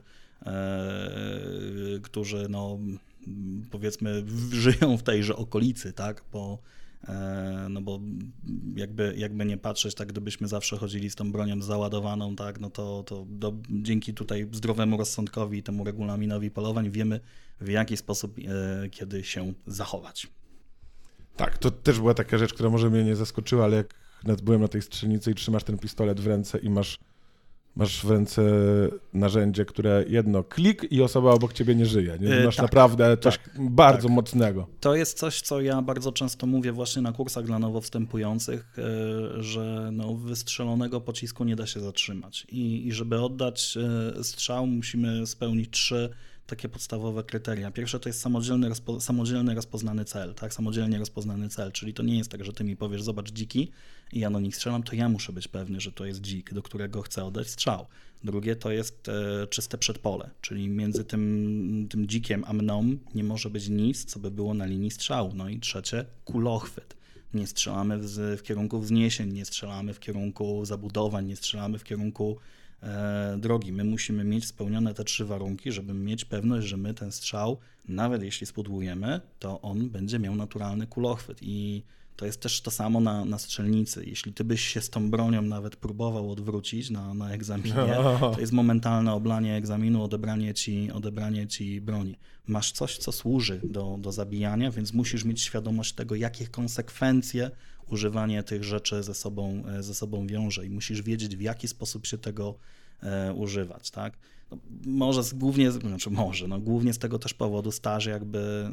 którzy no, powiedzmy żyją w tejże okolicy, tak? Bo jakby nie patrzeć, tak, gdybyśmy zawsze chodzili z tą bronią załadowaną, tak, no to dzięki tutaj zdrowemu rozsądkowi i temu regulaminowi polowań wiemy, w jaki sposób kiedy się zachować. Tak, to też była taka rzecz, która może mnie nie zaskoczyła, ale jak nawet byłem na tej strzelnicy i trzymasz ten pistolet w ręce i masz w ręce narzędzie, które jedno klik i osoba obok ciebie nie żyje. Nie? Masz naprawdę coś bardzo mocnego. To jest coś, co ja bardzo często mówię właśnie na kursach dla nowo wstępujących, że no, wystrzelonego pocisku nie da się zatrzymać. I żeby oddać strzał, musimy spełnić 3 takie podstawowe kryteria. Pierwsze to jest samodzielnie rozpoznany cel, tak? Samodzielnie rozpoznany cel, czyli to nie jest tak, że ty mi powiesz, zobacz dziki i ja do nich strzelam, to ja muszę być pewny, że to jest dzik, do którego chcę oddać strzał. Drugie to jest czyste przedpole, czyli między tym dzikiem a mną nie może być nic, co by było na linii strzału. No i trzecie, kulochwyt. Nie strzelamy w kierunku wzniesień, nie strzelamy w kierunku zabudowań, nie strzelamy w kierunku drogi. My musimy mieć spełnione te 3 warunki, żeby mieć pewność, że my ten strzał, nawet jeśli spudłujemy, to on będzie miał naturalny kulochwyt. I to jest też to samo na strzelnicy. Jeśli ty byś się z tą bronią nawet próbował odwrócić na egzaminie, to jest momentalne oblanie egzaminu, odebranie ci broni. Masz coś, co służy do zabijania, więc musisz mieć świadomość tego, jakie konsekwencje używanie tych rzeczy ze sobą wiąże i musisz wiedzieć, w jaki sposób się tego używać, tak? No, głównie z tego też powodu staż jakby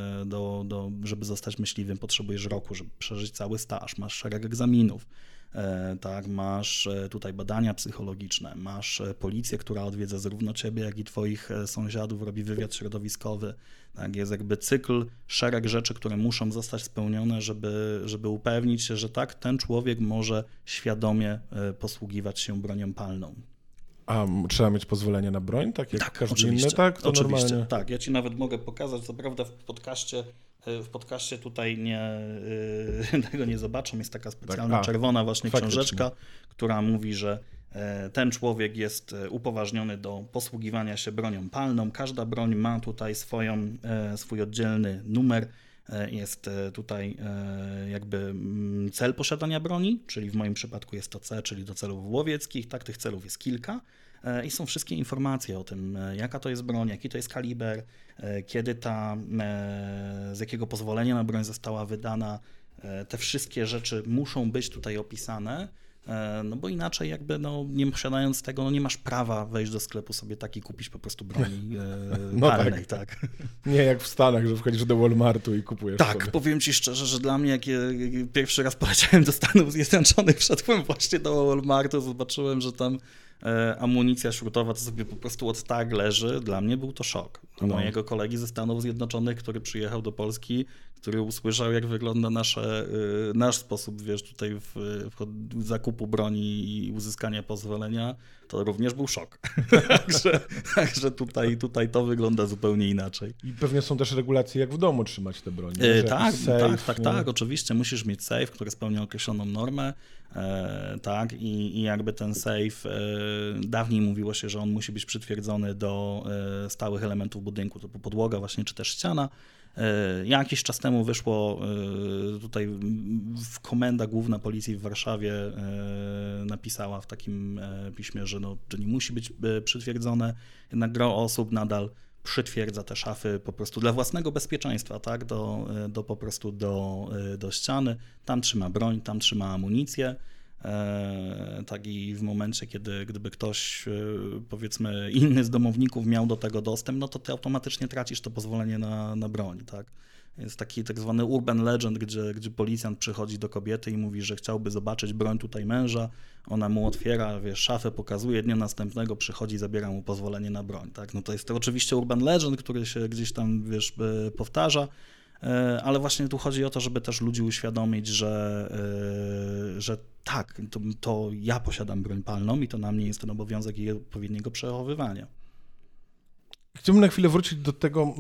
żeby zostać myśliwym potrzebujesz roku, żeby przeżyć cały staż, masz szereg egzaminów, tak, masz tutaj badania psychologiczne, masz policję, która odwiedza zarówno ciebie, jak i twoich sąsiadów, robi wywiad środowiskowy, tak, jest jakby cykl, szereg rzeczy, które muszą zostać spełnione, żeby upewnić się, że tak, ten człowiek może świadomie posługiwać się bronią palną. A trzeba mieć pozwolenie na broń, tak jak każdy oczywiście, inny, tak? To oczywiście, normalnie. tak. Ja ci nawet mogę pokazać, co prawda w podcaście tutaj tego nie zobaczą, jest taka specjalna czerwona właśnie książeczka, która mówi, że ten człowiek jest upoważniony do posługiwania się bronią palną. Każda broń ma tutaj swój oddzielny numer. Jest tutaj jakby cel posiadania broni, czyli w moim przypadku jest to C, czyli do celów łowieckich, tak, tych celów jest kilka i są wszystkie informacje o tym, jaka to jest broń, jaki to jest kaliber, kiedy z jakiego pozwolenia na broń została wydana. Te wszystkie rzeczy muszą być tutaj opisane, no bo inaczej jakby nie posiadając tego, nie masz prawa wejść do sklepu sobie tak i kupić po prostu broni palnej, tak. Nie jak w Stanach, że wchodzisz do Walmartu i kupujesz tak, sobie. Powiem ci szczerze, że dla mnie, jak pierwszy raz poleciałem do Stanów Zjednoczonych, wszedłem właśnie do Walmartu, zobaczyłem, że tam amunicja śrutowa to sobie po prostu od tak leży. Dla mnie był to szok. mojego kolegi ze Stanów Zjednoczonych, który przyjechał do Polski, który usłyszał, jak wygląda nasz sposób, wiesz, tutaj w zakupu broni i uzyskania pozwolenia, to również był szok. Także tutaj to wygląda zupełnie inaczej. I pewnie są też regulacje, jak w domu trzymać te broń. Tak, oczywiście. Musisz mieć safe, który spełnia określoną normę, tak, i jakby ten safe, dawniej mówiło się, że on musi być przytwierdzony do stałych elementów budynku, typu podłoga właśnie, czy też ściana. Jakiś czas temu wyszło tutaj Komenda Główna Policji w Warszawie napisała w takim piśmie, że nie musi być przytwierdzone, jednak gro osób nadal przytwierdza te szafy po prostu dla własnego bezpieczeństwa, tak, po prostu do ściany. Tam trzyma broń, tam trzyma amunicję. Tak, i w momencie, gdyby ktoś, powiedzmy, inny z domowników miał do tego dostęp, no to ty automatycznie tracisz to pozwolenie na broń, tak. Jest taki tak zwany urban legend, gdzie policjant przychodzi do kobiety i mówi, że chciałby zobaczyć broń tutaj męża, ona mu otwiera, wiesz, szafę, pokazuje, dnia następnego przychodzi, zabiera mu pozwolenie na broń, tak. No to jest to oczywiście urban legend, który się gdzieś tam, wiesz, powtarza, ale właśnie tu chodzi o to, żeby też ludzi uświadomić, że tak, to ja posiadam broń palną i to na mnie jest ten obowiązek jej odpowiedniego przechowywania. Chciałbym na chwilę wrócić do tego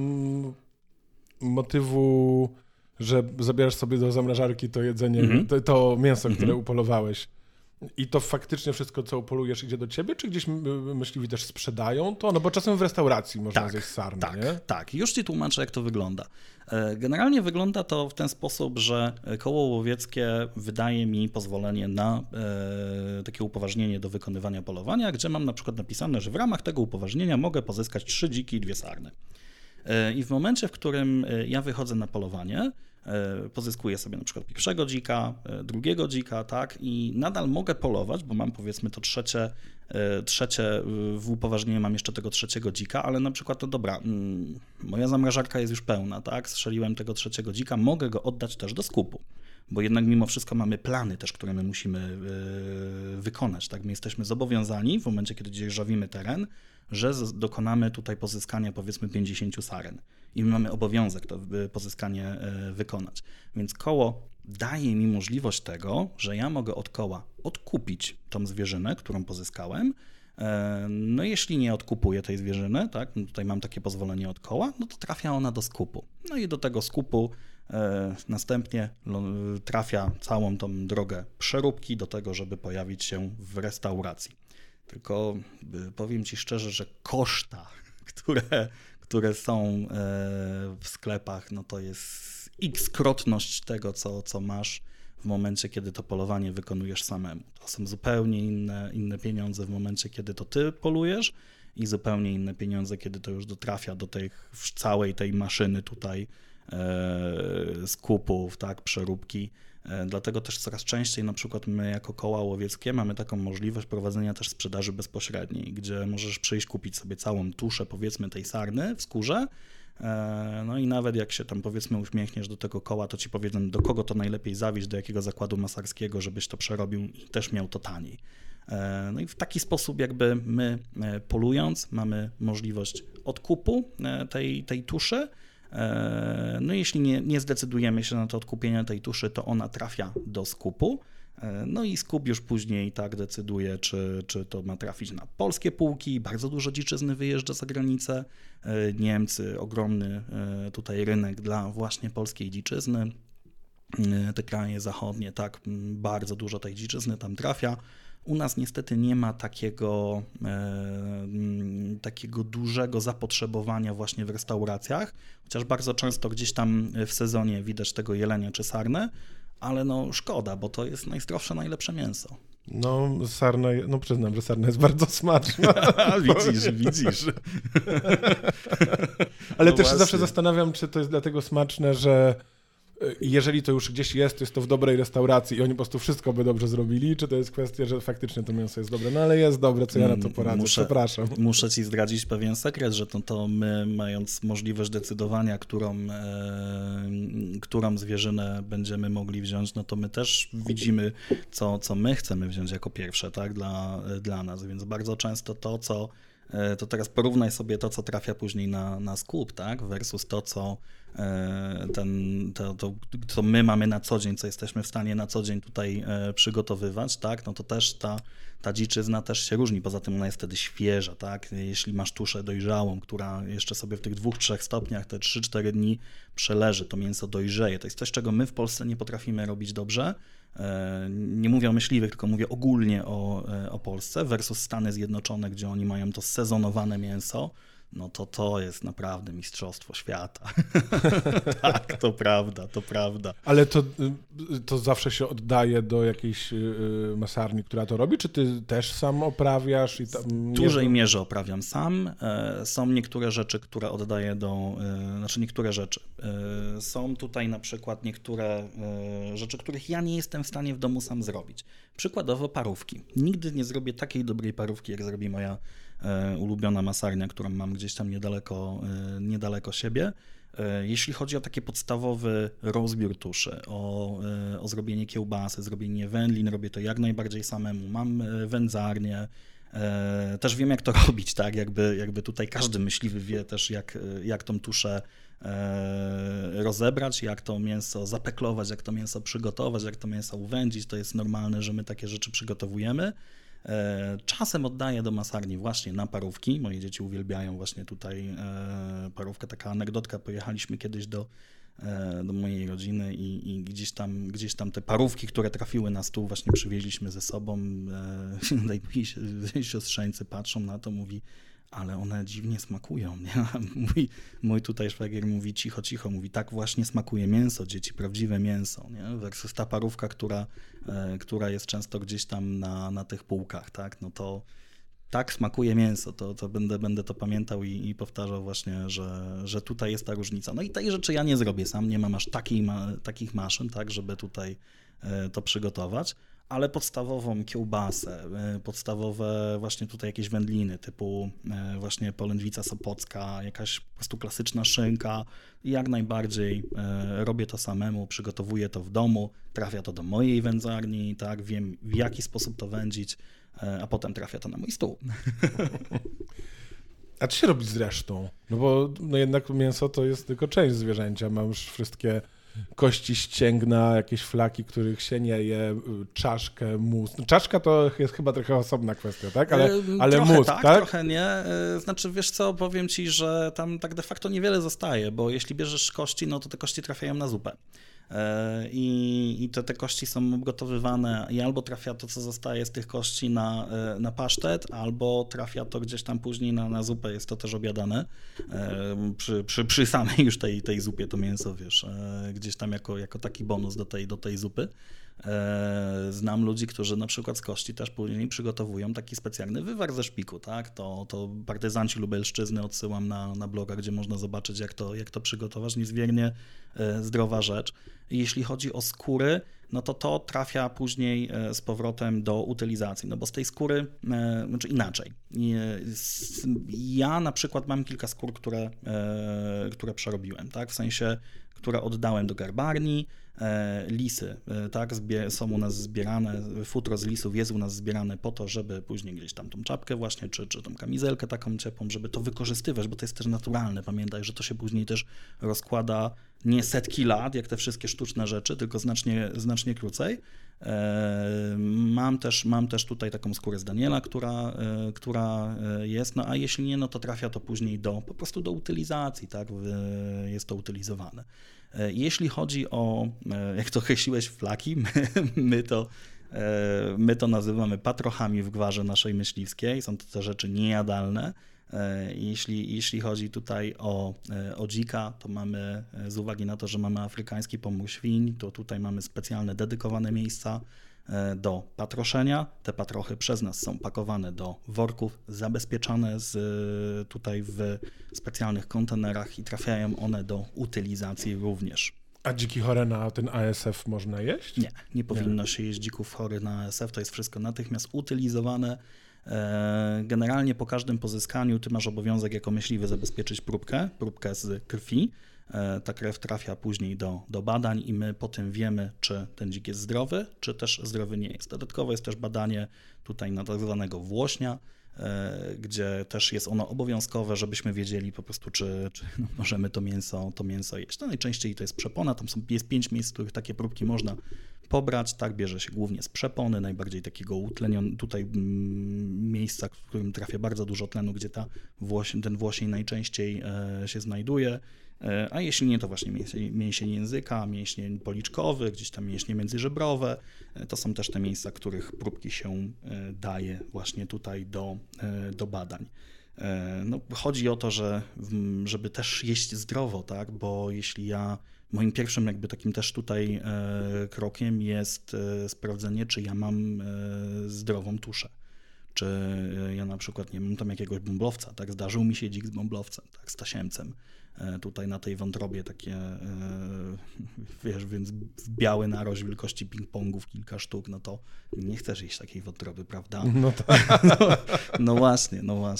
motywu, że zabierasz sobie do zamrażarki to jedzenie, to mięso, które upolowałeś. I to faktycznie wszystko, co upolujesz, idzie do ciebie, czy gdzieś myśliwi też sprzedają to? No bo czasem w restauracji można zjeść sarnę, nie? Tak. Już ci tłumaczę, jak to wygląda. Generalnie wygląda to w ten sposób, że koło łowieckie wydaje mi pozwolenie na takie upoważnienie do wykonywania polowania, gdzie mam na przykład napisane, że w ramach tego upoważnienia mogę pozyskać 3 dziki i 2 sarny. I w momencie, w którym ja wychodzę na polowanie, pozyskuję sobie na przykład pierwszego dzika, drugiego dzika, tak, i nadal mogę polować, bo mam, powiedzmy, to trzecie w upoważnieniu mam jeszcze tego 3. dzika, ale na przykład to dobra, moja zamrażarka jest już pełna, tak, strzeliłem tego 3. dzika, mogę go oddać też do skupu, bo jednak mimo wszystko mamy plany też, które my musimy wykonać, tak, my jesteśmy zobowiązani w momencie, kiedy dzierżawimy teren, że dokonamy tutaj pozyskania, powiedzmy, 50 saren i my mamy obowiązek to pozyskanie wykonać. Więc koło daje mi możliwość tego, że ja mogę od koła odkupić tą zwierzynę, którą pozyskałem. No jeśli nie odkupuję tej zwierzyny, tak, no tutaj mam takie pozwolenie od koła, no to trafia ona do skupu. No i do tego skupu następnie trafia całą tą drogę przeróbki do tego, żeby pojawić się w restauracji. Tylko powiem ci szczerze, że koszta, które są w sklepach, no to jest x-krotność tego, co masz w momencie, kiedy to polowanie wykonujesz samemu. To są zupełnie inne pieniądze w momencie, kiedy to ty polujesz i zupełnie inne pieniądze, kiedy to już dotrafia do całej tej maszyny tutaj skupów, tak, przeróbki. Dlatego też coraz częściej na przykład my jako koła łowieckie mamy taką możliwość prowadzenia też sprzedaży bezpośredniej, gdzie możesz przyjść kupić sobie całą tuszę, powiedzmy, tej sarny w skórze, no i nawet jak się tam, powiedzmy, uśmiechniesz do tego koła, to ci powiedzą, do kogo to najlepiej zawieźć, do jakiego zakładu masarskiego, żebyś to przerobił i też miał to taniej. No i w taki sposób jakby my polując mamy możliwość odkupu tej tuszy. No jeśli nie zdecydujemy się na to odkupienie tej tuszy, to ona trafia do skupu. No i skup już później tak decyduje, czy to ma trafić na polskie półki. Bardzo dużo dziczyzny wyjeżdża za granicę. Niemcy, ogromny tutaj rynek dla właśnie polskiej dziczyzny. Te kraje zachodnie, tak, bardzo dużo tej dziczyzny tam trafia. U nas niestety nie ma takiego dużego zapotrzebowania właśnie w restauracjach, chociaż bardzo często gdzieś tam w sezonie widać tego jelenia czy sarnę, ale no szkoda, bo to jest najzdrowsze, najlepsze mięso. No sarna, no przyznam, że sarna jest bardzo smaczna. Widzisz. Ale no też się zawsze zastanawiam, czy to jest dlatego smaczne, że jeżeli to już gdzieś jest, to jest to w dobrej restauracji i oni po prostu wszystko by dobrze zrobili, czy to jest kwestia, że faktycznie to mięso jest dobre? No ale jest dobre, co ja na to poradzę, przepraszam. Muszę ci zdradzić pewien sekret, że to my, mając możliwość decydowania, którą zwierzynę będziemy mogli wziąć, no to my też widzimy, co my chcemy wziąć jako pierwsze, tak, dla nas, więc bardzo często to, co to teraz porównaj sobie to, co trafia później na skup, tak, versus to, co co my mamy na co dzień, co jesteśmy w stanie na co dzień tutaj przygotowywać, tak, no to też ta dziczyzna też się różni, poza tym ona jest wtedy świeża, tak, jeśli masz tuszę dojrzałą, która jeszcze sobie w tych 2-3 stopniach te 3-4 dni przeleży, to mięso dojrzeje, to jest coś, czego my w Polsce nie potrafimy robić dobrze. Nie mówię o myśliwych, tylko mówię ogólnie o Polsce versus Stany Zjednoczone, gdzie oni mają to sezonowane mięso, no to jest naprawdę mistrzostwo świata. Tak, to prawda. Ale to zawsze się oddaje do jakiejś masarni, która to robi, czy ty też sam oprawiasz? W dużej mierze oprawiam sam. Są niektóre rzeczy, które oddaję niektóre rzeczy. Są tutaj na przykład niektóre rzeczy, których ja nie jestem w stanie w domu sam zrobić. Przykładowo parówki. Nigdy nie zrobię takiej dobrej parówki, jak zrobi moja ulubiona masarnia, którą mam gdzieś tam niedaleko siebie. Jeśli chodzi o taki podstawowy rozbiór tuszy, o zrobienie kiełbasy, zrobienie wędlin, robię to jak najbardziej samemu. Mam wędzarnię, też wiem jak to robić, tak? Jakby tutaj każdy myśliwy wie też jak tą tuszę rozebrać, jak to mięso zapeklować, jak to mięso przygotować, jak to mięso uwędzić. To jest normalne, że my takie rzeczy przygotowujemy. Czasem oddaję do masarni właśnie na parówki. Moje dzieci uwielbiają właśnie tutaj parówkę. Taka anegdotka, pojechaliśmy kiedyś do mojej rodziny i gdzieś tam te parówki, które trafiły na stół, właśnie przywieźliśmy ze sobą. Siostrzeńcy patrzą na to, mówi, ale one dziwnie smakują, nie? Mój tutaj szwagier mówi cicho, mówi, tak właśnie smakuje mięso, dzieci, prawdziwe mięso, nie? Versus ta parówka, która jest często gdzieś tam na tych półkach, tak? No to tak smakuje mięso, to będę to pamiętał i powtarzał właśnie, że tutaj jest ta różnica. No i tej rzeczy ja nie zrobię sam, nie mam aż takich maszyn, tak, żeby tutaj to przygotować, ale podstawową kiełbasę, podstawowe właśnie tutaj jakieś wędliny typu właśnie polędwica sopocka, jakaś po prostu klasyczna szynka, jak najbardziej robię to samemu, przygotowuję to w domu, trafia to do mojej wędzarni, tak, wiem w jaki sposób to wędzić, a potem trafia to na mój stół. A co się robi z resztą? No bo jednak mięso to jest tylko część zwierzęcia, mam już wszystkie kości, ścięgna, jakieś flaki, których się nie je, czaszkę, mózg. No, czaszka to jest chyba trochę osobna kwestia, tak? Ale trochę mózg, tak? Trochę nie. Znaczy, wiesz co, powiem ci, że tam tak de facto niewiele zostaje, bo jeśli bierzesz kości, no to te kości trafiają na zupę. I te kości są obgotowywane i albo trafia to, co zostaje z tych kości na pasztet, albo trafia to gdzieś tam później na zupę, jest to też obiadane przy samej już tej zupie, to mięso, wiesz, gdzieś tam jako taki bonus do tej zupy. Znam ludzi, którzy na przykład z kości też później przygotowują taki specjalny wywar ze szpiku, tak? To partyzanci Lubelszczyzny, odsyłam na bloga, gdzie można zobaczyć, jak to przygotować. Niezmiernie zdrowa rzecz. Jeśli chodzi o skóry, no to trafia później z powrotem do utylizacji, no bo z tej skóry, znaczy inaczej. Ja na przykład mam kilka skór, które przerobiłem, tak? W sensie, które oddałem do garbarni. Lisy, tak, są u nas zbierane, futro z lisów jest u nas zbierane po to, żeby później gdzieś tam tą czapkę właśnie, czy tą kamizelkę taką ciepłą, żeby to wykorzystywać, bo to jest też naturalne, pamiętaj, że to się później też rozkłada nie setki lat, jak te wszystkie sztuczne rzeczy, tylko znacznie krócej. Mam też tutaj taką skórę z Daniela, która jest, no a jeśli nie, no to trafia to później po prostu do utylizacji, tak, jest to utylizowane. Jeśli chodzi o, jak to określiłeś, flaki, my to nazywamy patrochami w gwarze naszej myśliwskiej, są to te rzeczy niejadalne. Jeśli chodzi tutaj o dzika, to mamy, z uwagi na to, że mamy afrykański pomór świń, to tutaj mamy specjalne, dedykowane miejsca do patroszenia. Te patrochy przez nas są pakowane do worków, zabezpieczane tutaj w specjalnych kontenerach i trafiają one do utylizacji również. A dziki chore na ten ASF można jeść? Nie powinno się jeść dzików chorych na ASF, to jest wszystko natychmiast utylizowane. Generalnie po każdym pozyskaniu ty masz obowiązek jako myśliwy zabezpieczyć próbkę z krwi. Ta krew trafia później do badań i my potem wiemy, czy ten dzik jest zdrowy, czy też zdrowy nie jest. Dodatkowo jest też badanie tutaj na tak zwanego włośnia, gdzie też jest ono obowiązkowe, żebyśmy wiedzieli po prostu, czy możemy to mięso jeść. To najczęściej to jest przepona, tam jest 5 miejsc, w których takie próbki można pobrać, tak, bierze się głównie z przepony, najbardziej takiego tutaj miejsca, w którym trafia bardzo dużo tlenu, gdzie ten włosień najczęściej się znajduje, a jeśli nie, to właśnie mięsień języka, mięsień policzkowy, gdzieś tam mięśnie międzyżebrowe, to są też te miejsca, których próbki się daje właśnie tutaj do badań. No, chodzi o to, żeby też jeść zdrowo, tak, bo jeśli moim pierwszym jakby takim też tutaj krokiem jest sprawdzenie, czy ja mam zdrową tuszę. Czy ja na przykład nie mam tam jakiegoś bąblowca, tak? Zdarzył mi się dzik z bąblowcem, tak? Z tasiemcem. Tutaj na tej wątrobie takie, wiesz, więc biały narość wielkości ping-pongów kilka sztuk, no to nie chcesz jeść takiej wątroby, prawda? No tak. No właśnie.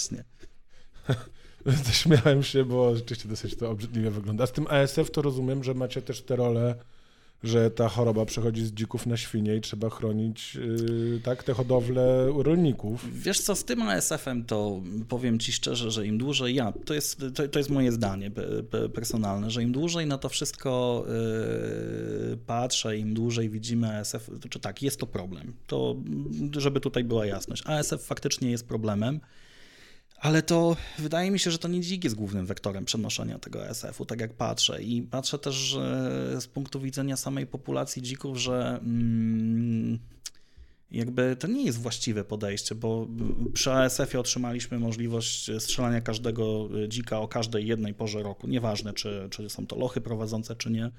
Śmiałem się, bo rzeczywiście dosyć to obrzydliwie wygląda. A z tym ASF to rozumiem, że macie też tę rolę, że ta choroba przechodzi z dzików na świnie i trzeba chronić tak, te hodowle rolników. Wiesz co, z tym ASF-em to powiem ci szczerze, że im dłużej to jest moje zdanie personalne, że im dłużej na to wszystko patrzę, im dłużej widzimy ASF, to tak, jest to problem. To, żeby tutaj była jasność. ASF faktycznie jest problemem. Ale to wydaje mi się, że to nie dzik jest głównym wektorem przenoszenia tego ASF-u, tak jak patrzę. I patrzę też że z punktu widzenia samej populacji dzików, że jakby to nie jest właściwe podejście, bo przy ASF-ie otrzymaliśmy możliwość strzelania każdego dzika o każdej jednej porze roku. Nieważne, czy są to lochy prowadzące, czy nie.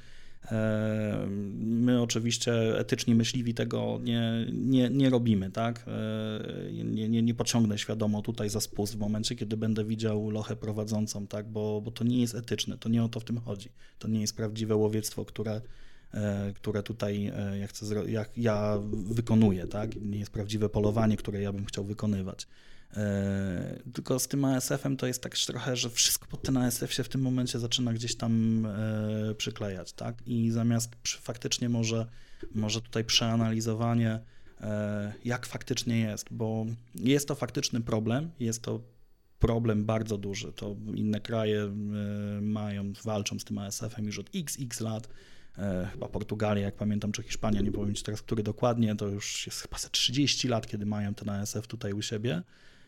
My oczywiście etyczni myśliwi tego nie robimy, tak? Nie pociągnę świadomo tutaj za spust w momencie, kiedy będę widział lochę prowadzącą, tak? Bo to nie jest etyczne, to nie o to w tym chodzi. To nie jest prawdziwe łowiectwo, które tutaj ja wykonuję, tak? Nie jest prawdziwe polowanie, które ja bym chciał wykonywać. Tylko z tym ASF-em to jest tak trochę, że wszystko pod ten ASF się w tym momencie zaczyna gdzieś tam przyklejać, tak? I zamiast faktycznie może tutaj przeanalizowanie, jak faktycznie jest, bo jest to faktyczny problem, jest to problem bardzo duży, to inne kraje walczą z tym ASF-em już od x lat, chyba Portugalia, jak pamiętam, czy Hiszpania, nie powiem ci teraz, który dokładnie, to już jest chyba 30 lat, kiedy mają ten ASF tutaj u siebie.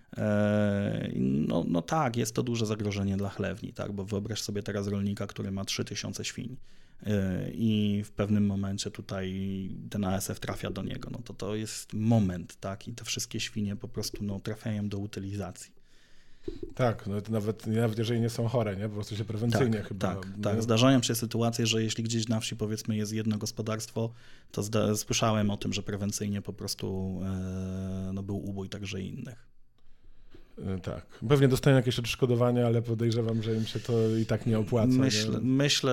No tak, jest to duże zagrożenie dla chlewni, tak? Bo wyobraź sobie teraz rolnika, który ma 3000 świń i w pewnym momencie tutaj ten ASF trafia do niego, no to jest moment, tak? I te wszystkie świnie po prostu trafiają do utylizacji. Tak, no to nawet jeżeli nie są chore, nie? Po prostu się prewencyjnie chyba. Tak. Zdarzają się sytuacje, że jeśli gdzieś na wsi powiedzmy jest jedno gospodarstwo, to słyszałem o tym, że prewencyjnie po prostu był ubój także innych. Tak. Pewnie dostają jakieś odszkodowania, ale podejrzewam, że im się to i tak nie opłaca. Myślę,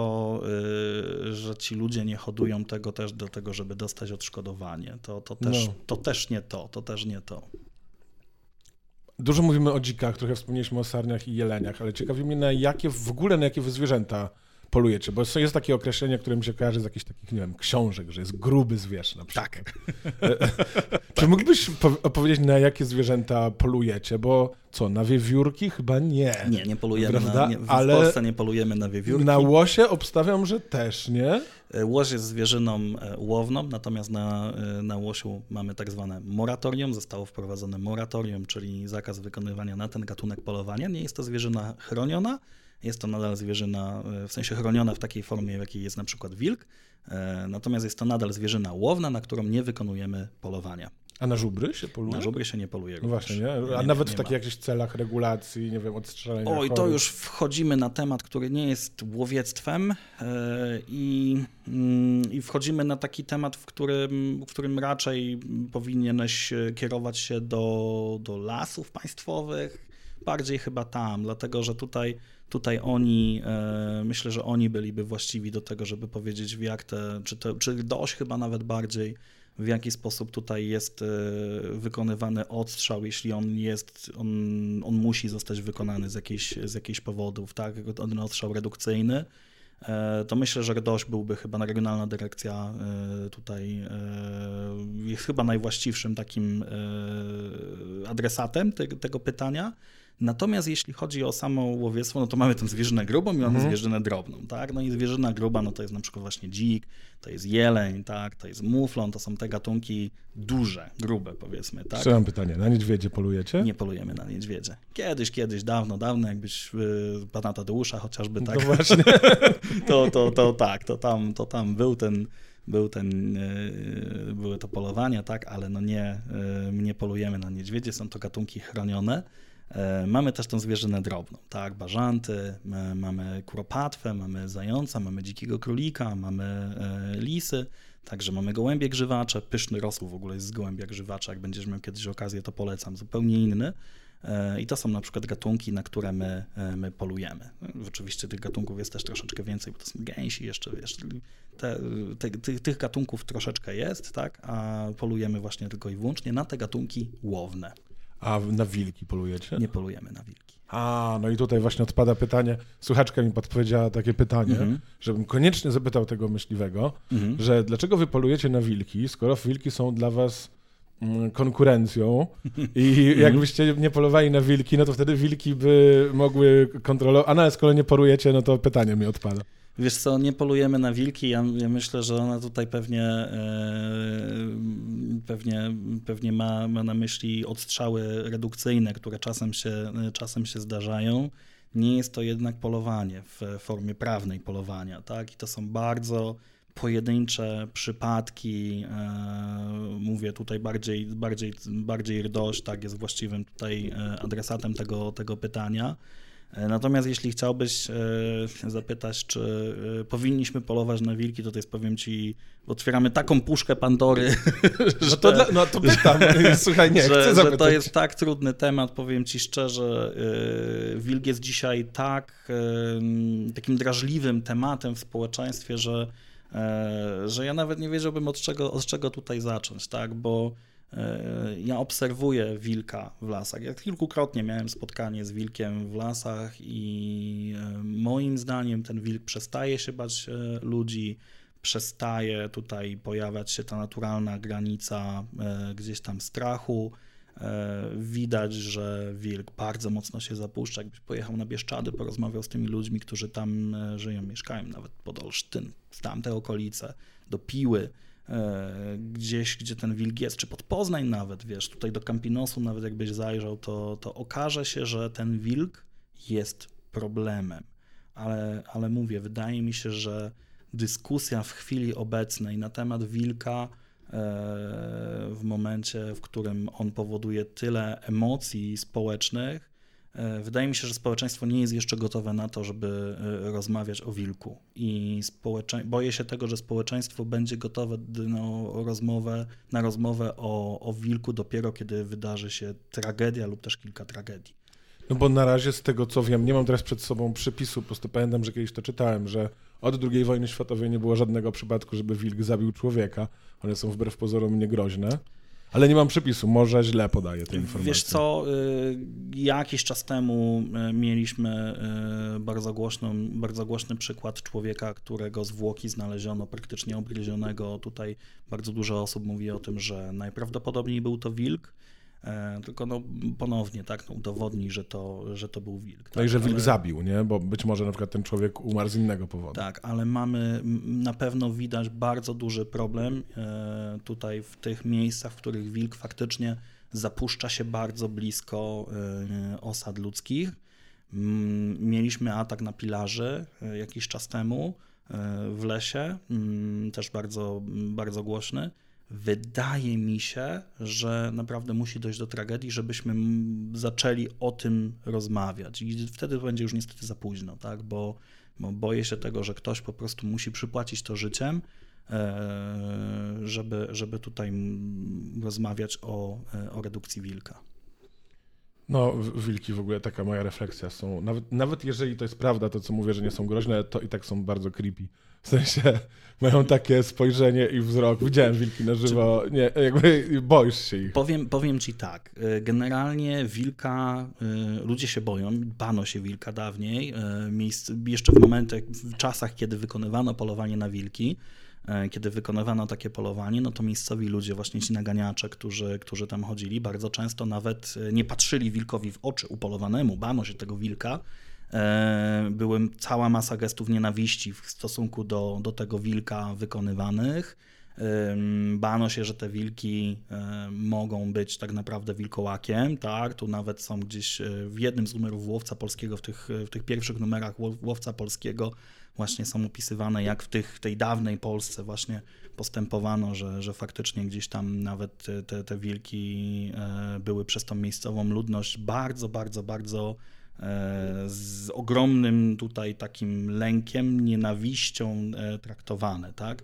że ci ludzie nie hodują tego też do tego, żeby dostać odszkodowanie. To też nie to. Dużo mówimy o dzikach, trochę wspomnieliśmy o sarniach i jeleniach, ale ciekawi mnie, na jakie wy zwierzęta polujecie, bo jest takie określenie, które mi się kojarzy z jakichś takich, nie wiem, książek, że jest gruby zwierz na przykład. Tak. Czy mógłbyś opowiedzieć, na jakie zwierzęta polujecie? Bo co, na wiewiórki? Chyba nie. Nie polujemy w Polsce nie polujemy na wiewiórki. Na łosie obstawiam, że też, nie? Łoś jest zwierzyną łowną, natomiast na łosiu mamy tak zwane moratorium. Zostało wprowadzone moratorium, czyli zakaz wykonywania na ten gatunek polowania. Nie jest to zwierzyna chroniona, jest to nadal zwierzyna, w sensie chroniona w takiej formie, w jakiej jest na przykład wilk, natomiast jest to nadal zwierzyna łowna, na którą nie wykonujemy polowania. A na żubry się poluje? Na żubry się nie poluje. No właśnie, nie? A nawet w takich jakichś celach regulacji, nie wiem, odstrzelania Oj, to już wchodzimy na temat, który nie jest łowiectwem i wchodzimy na taki temat, w którym raczej powinieneś kierować się do lasów państwowych, bardziej chyba tam, dlatego że tutaj oni, myślę, że oni byliby właściwi do tego, żeby powiedzieć, czy dość chyba nawet bardziej, w jaki sposób tutaj jest wykonywany odstrzał, jeśli on musi zostać wykonany z jakichś powodów, tak? Ten odstrzał redukcyjny, to myślę, że RDOŚ byłby chyba regionalna dyrekcja tutaj jest chyba najwłaściwszym takim adresatem tego pytania. Natomiast jeśli chodzi o samo łowiectwo, no to mamy tę zwierzynę grubą i mamy zwierzynę drobną, tak? No i zwierzyna gruba, no to jest na przykład właśnie dzik, to jest jeleń, tak? To jest muflon, to są te gatunki duże, grube powiedzmy, tak? Jeszcze mam pytanie, na niedźwiedzie polujecie? Nie polujemy na niedźwiedzie. Kiedyś, dawno, jakbyś pana Tadeusza chociażby, tak? No właśnie. to tam były to polowania, tak? Ale no nie polujemy na niedźwiedzie, są to gatunki chronione. Mamy też tą zwierzynę drobną, tak, bażanty, mamy kuropatwę, mamy zająca, mamy dzikiego królika, mamy lisy, także mamy gołębie grzywacze, pyszny rosół w ogóle jest z gołębia grzywacza, jak będziesz miał kiedyś okazję, to polecam, zupełnie inny. I to są na przykład gatunki, na które my polujemy. Oczywiście tych gatunków jest też troszeczkę więcej, bo to są gęsi jeszcze, wiesz, tych gatunków troszeczkę jest, tak, a polujemy właśnie tylko i wyłącznie na te gatunki łowne. A na wilki polujecie? Nie polujemy na wilki. No i tutaj właśnie odpada pytanie, słuchaczka mi podpowiedziała takie pytanie, żebym koniecznie zapytał tego myśliwego, że dlaczego wy polujecie na wilki, skoro wilki są dla was konkurencją i jakbyście nie polowali na wilki, no to wtedy wilki by mogły kontrolować, a skoro nie polujecie, no to pytanie mi odpada. Wiesz co, nie polujemy na wilki, ja myślę, że ona tutaj pewnie ma na myśli odstrzały redukcyjne, które czasem się zdarzają. Nie jest to jednak polowanie w formie prawnej polowania, tak? I to są bardzo pojedyncze przypadki, mówię tutaj bardziej RDOŚ, tak, jest właściwym tutaj adresatem tego pytania. Natomiast jeśli chciałbyś zapytać, czy powinniśmy polować na wilki, to jest, powiem ci, otwieramy taką puszkę Pandory, to pytam. Słuchaj, nie, chcę zapytać. Że to jest tak trudny temat, powiem ci szczerze. Wilk jest dzisiaj takim drażliwym tematem w społeczeństwie, że ja nawet nie wiedziałbym od czego tutaj zacząć, tak, bo ja obserwuję wilka w lasach. Ja kilkukrotnie miałem spotkanie z wilkiem w lasach i moim zdaniem ten wilk przestaje się bać ludzi, przestaje tutaj pojawiać się ta naturalna granica gdzieś tam strachu. Widać, że wilk bardzo mocno się zapuszcza. Jakbyś pojechał na Bieszczady, porozmawiał z tymi ludźmi, którzy tam żyją, mieszkają, nawet pod Olsztyn, w tamte okolice, do Piły, gdzieś, gdzie ten wilk jest, czy pod Poznań nawet, wiesz, tutaj do Campinosu nawet jakbyś zajrzał, to okaże się, że ten wilk jest problemem. Ale mówię, wydaje mi się, że dyskusja w chwili obecnej na temat wilka w momencie, w którym on powoduje tyle emocji społecznych, wydaje mi się, że społeczeństwo nie jest jeszcze gotowe na to, żeby rozmawiać o wilku i boję się tego, że społeczeństwo będzie gotowe na rozmowę o wilku dopiero kiedy wydarzy się tragedia lub też kilka tragedii. No bo na razie z tego co wiem, nie mam teraz przed sobą przepisu, po prostu pamiętam, że kiedyś to czytałem, że od II wojny światowej nie było żadnego przypadku, żeby wilk zabił człowieka. One są wbrew pozorom niegroźne. Ale nie mam przepisu, może źle podaję te informacje. Wiesz co, jakiś czas temu mieliśmy bardzo głośny przykład człowieka, którego zwłoki znaleziono praktycznie obgryzionego. Tutaj bardzo dużo osób mówi o tym, że najprawdopodobniej był to wilk. Tylko ponownie udowodni, że to był wilk. Tak? No i że wilk zabił, nie? Bo być może na przykład ten człowiek umarł z innego powodu. Tak, ale na pewno widać bardzo duży problem tutaj w tych miejscach, w których wilk faktycznie zapuszcza się bardzo blisko osad ludzkich. Mieliśmy atak na pilarzy jakiś czas temu w lesie, też bardzo, bardzo głośny. Wydaje mi się, że naprawdę musi dojść do tragedii, żebyśmy zaczęli o tym rozmawiać i wtedy będzie już niestety za późno, tak? Bo boję się tego, że ktoś po prostu musi przypłacić to życiem, żeby tutaj rozmawiać o redukcji wilka. No, wilki w ogóle, taka moja refleksja są, nawet jeżeli to jest prawda, to co mówię, że nie są groźne, to i tak są bardzo creepy. W sensie mają takie spojrzenie i wzrok. Widziałem wilki na żywo, nie, jakby boisz się ich. Powiem ci tak, generalnie wilka, ludzie się boją, bano się wilka dawniej, jeszcze w czasach, kiedy wykonywano polowanie na wilki, kiedy wykonywano takie polowanie, no to miejscowi ludzie, właśnie ci naganiacze, którzy tam chodzili, bardzo często nawet nie patrzyli wilkowi w oczy upolowanemu, bano się tego wilka. Była cała masa gestów nienawiści w stosunku do tego wilka wykonywanych. Bano się, że te wilki mogą być tak naprawdę wilkołakiem, tak? Tu nawet są gdzieś w jednym z numerów Łowca Polskiego, w tych pierwszych numerach Łowca Polskiego właśnie są opisywane, jak w tej dawnej Polsce właśnie postępowano, że faktycznie gdzieś tam nawet te wilki były przez tą miejscową ludność bardzo, bardzo, bardzo z ogromnym tutaj takim lękiem, nienawiścią traktowane, tak?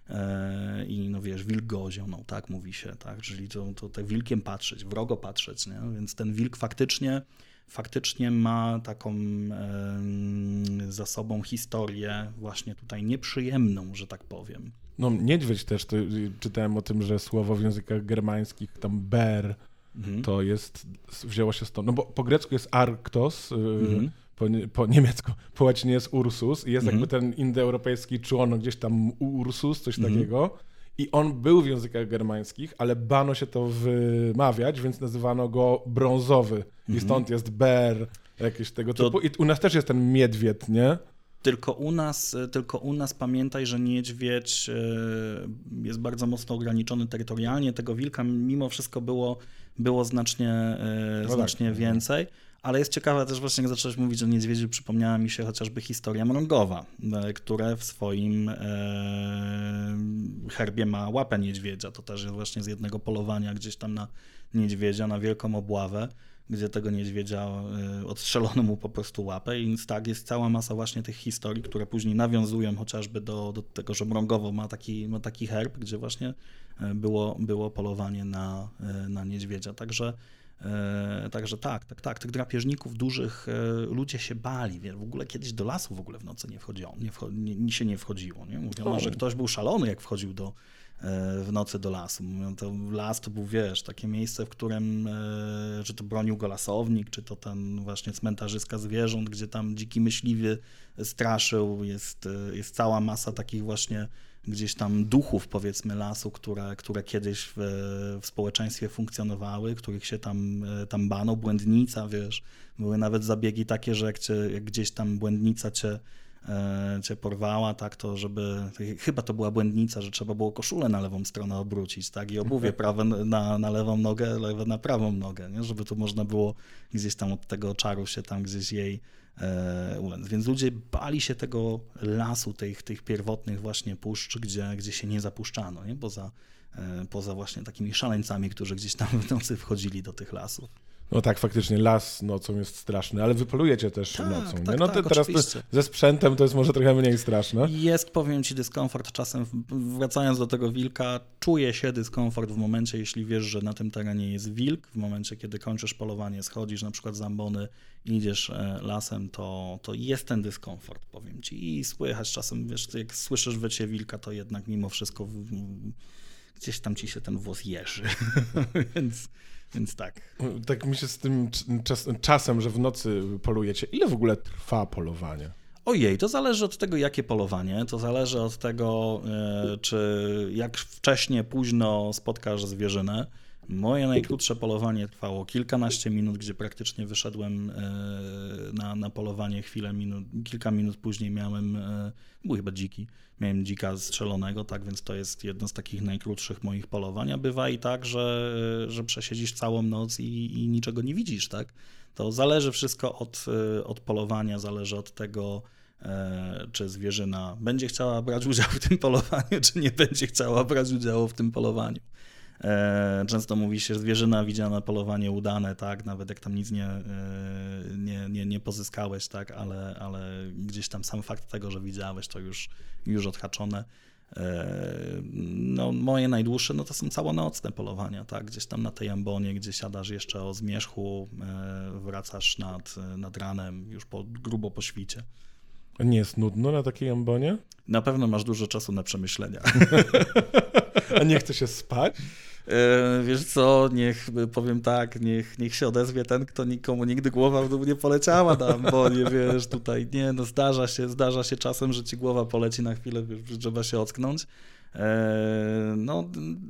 I no wiesz, wilk go ozionął, tak mówi się, tak? Czyli to tak wilkiem patrzeć, wrogo patrzeć, nie? Więc ten wilk faktycznie ma taką za sobą historię właśnie tutaj nieprzyjemną, że tak powiem. No niedźwiedź też, to czytałem o tym, że słowo w językach germańskich, tam ber, to jest, wzięło się stąd, no bo po grecku jest arktos, po niemiecku, po łacinie jest ursus i jest jakby ten indoeuropejski członek, gdzieś tam ursus, coś takiego. I on był w językach germańskich, ale bano się to wymawiać, więc nazywano go brązowy. I stąd jest ber, jakieś tego typu. I u nas też jest ten miedwied, nie? Tylko u nas pamiętaj, że niedźwiedź jest bardzo mocno ograniczony terytorialnie. Tego wilka mimo wszystko było znacznie więcej. Ale jest ciekawe też właśnie, jak zacząłeś mówić o niedźwiedziu, przypomniała mi się chociażby historia mrągowa, które w swoim herbie ma łapę niedźwiedzia. To też jest właśnie z jednego polowania gdzieś tam na niedźwiedzia, na wielką obławę, gdzie tego niedźwiedzia odstrzelono mu po prostu łapę. I więc tak, jest cała masa właśnie tych historii, które później nawiązują chociażby do tego, że mrągowo ma taki herb, gdzie właśnie było polowanie na niedźwiedzia. Także tak, tych drapieżników dużych ludzie się bali, w ogóle kiedyś do lasu w ogóle w nocy nie wchodziło, nie? Mówiono, że ktoś był szalony, jak wchodził w nocy do lasu. Mówią, to las to był, takie miejsce, w którym czy to bronił go lasownik, czy to ten właśnie cmentarzyska zwierząt, gdzie tam dziki myśliwy straszył, jest cała masa takich właśnie gdzieś tam duchów, powiedzmy, lasu, które kiedyś w społeczeństwie funkcjonowały, których się tam bano, błędnica, były nawet zabiegi takie, że jak gdzieś tam błędnica cię porwała, tak, to chyba to była błędnica, że trzeba było koszulę na lewą stronę obrócić, tak, i obuwie prawe na lewą nogę, lewe na prawą nogę, nie, żeby tu można było gdzieś tam od tego czaru się tam gdzieś jej więc ludzie bali się tego lasu, tych pierwotnych właśnie puszcz, gdzie się nie zapuszczano, nie? Poza właśnie takimi szaleńcami, którzy gdzieś tam w nocy wchodzili do tych lasów. No tak, faktycznie las nocą jest straszny, ale wy polujecie też nocą, nie? Tak, No teraz ze sprzętem to jest może trochę mniej straszne. Jest, powiem ci, dyskomfort czasem, wracając do tego wilka, czuje się dyskomfort w momencie, jeśli wiesz, że na tym terenie jest wilk, w momencie, kiedy kończysz polowanie, schodzisz na przykład z ambony i idziesz lasem, to jest ten dyskomfort, powiem ci, i słychać czasem, jak słyszysz wycie wilka, to jednak mimo wszystko gdzieś tam ci się ten włos jeży, Więc tak. Tak mi się z tym czasem, że w nocy polujecie. Ile w ogóle trwa polowanie? Ojej, to zależy od tego, jakie polowanie, to zależy od tego, czy jak wcześnie, późno spotkasz zwierzynę. Moje najkrótsze polowanie trwało kilkanaście minut, gdzie praktycznie wyszedłem na polowanie kilka minut później był chyba dziki, miałem dzika strzelonego, tak, więc to jest jedno z takich najkrótszych moich polowań, a bywa i tak, że przesiedzisz całą noc i niczego nie widzisz, tak. To zależy wszystko od polowania, zależy od tego, czy zwierzyna będzie chciała brać udział w tym polowaniu, czy nie będzie chciała brać udziału w tym polowaniu. Często mówi się, że zwierzyna widziana polowanie udane, tak, nawet jak tam nic nie pozyskałeś, tak, ale gdzieś tam sam fakt tego, że widziałeś, to już odhaczone. No, moje najdłuższe to są całonocne polowania, tak? Gdzieś tam na tej ambonie, gdzie siadasz jeszcze o zmierzchu, wracasz nad ranem, już grubo po świcie. Nie jest nudno na takiej ambonie? Na pewno masz dużo czasu na przemyślenia. A nie chce się spać? Wiesz co, powiem tak, niech się odezwie ten, kto nikomu nigdy głowa w dół nie poleciała na ambonie, wiesz, tutaj nie, no zdarza się czasem, że ci głowa poleci na chwilę, wiesz, trzeba się ocknąć. No,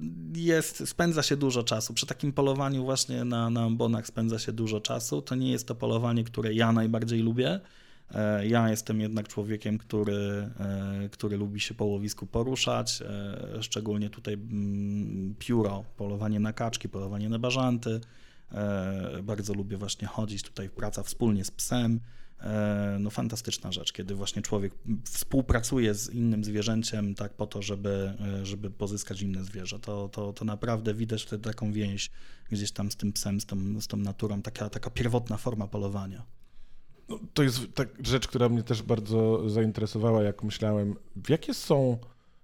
spędza się dużo czasu. Przy takim polowaniu właśnie na ambonach spędza się dużo czasu. To nie jest to polowanie, które ja najbardziej lubię. Ja jestem jednak człowiekiem, który lubi się po łowisku poruszać, szczególnie tutaj pióro, polowanie na kaczki, polowanie na bażanty. Bardzo lubię właśnie chodzić tutaj, praca wspólnie z psem. No fantastyczna rzecz, kiedy właśnie człowiek współpracuje z innym zwierzęciem tak po to, żeby pozyskać inne zwierzę. To naprawdę widać wtedy taką więź gdzieś tam z tym psem, z tą naturą, taka pierwotna forma polowania. No, to jest rzecz, która mnie też bardzo zainteresowała, jak myślałem, jakie są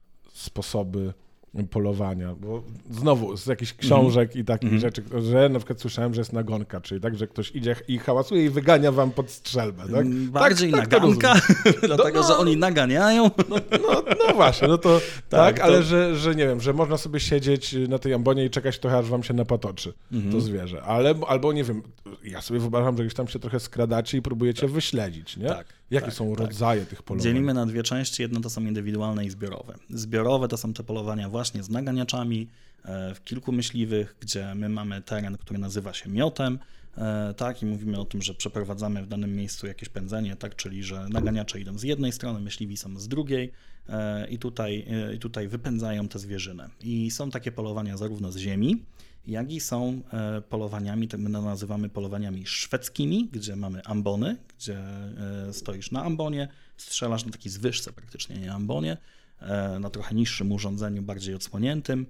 sposoby polowania, bo znowu z jakichś książek i takich rzeczy, że na przykład słyszałem, że jest nagonka, czyli tak, że ktoś idzie i hałasuje i wygania wam pod strzelbę, tak? Bardziej naganka, dlatego że oni naganiają. No właśnie, no to tak, ale że nie wiem, że można sobie siedzieć na tej ambonie i czekać trochę, aż wam się napatoczy to zwierzę, albo nie wiem, ja sobie wyobrażam, że gdzieś tam się trochę skradacie i próbujecie wyśledzić, nie? Jakie są rodzaje tych polowań? Dzielimy na dwie części, jedno to są indywidualne i zbiorowe. Zbiorowe to są te polowania właśnie z naganiaczami, w kilku myśliwych, gdzie my mamy teren, który nazywa się miotem, tak, i mówimy o tym, że przeprowadzamy w danym miejscu jakieś pędzenie, tak, czyli że naganiacze idą z jednej strony, myśliwi są z drugiej i tutaj wypędzają tę zwierzynę. I są takie polowania zarówno z ziemi, jak i są polowaniami, tak my nazywamy polowaniami szwedzkimi, gdzie mamy ambony, gdzie stoisz na ambonie, strzelasz na takiej zwyżce praktycznie, nie ambonie, na trochę niższym urządzeniu, bardziej odsłoniętym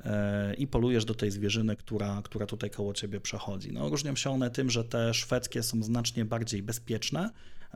i polujesz do tej zwierzyny, która tutaj koło ciebie przechodzi. No, różnią się one tym, że te szwedzkie są znacznie bardziej bezpieczne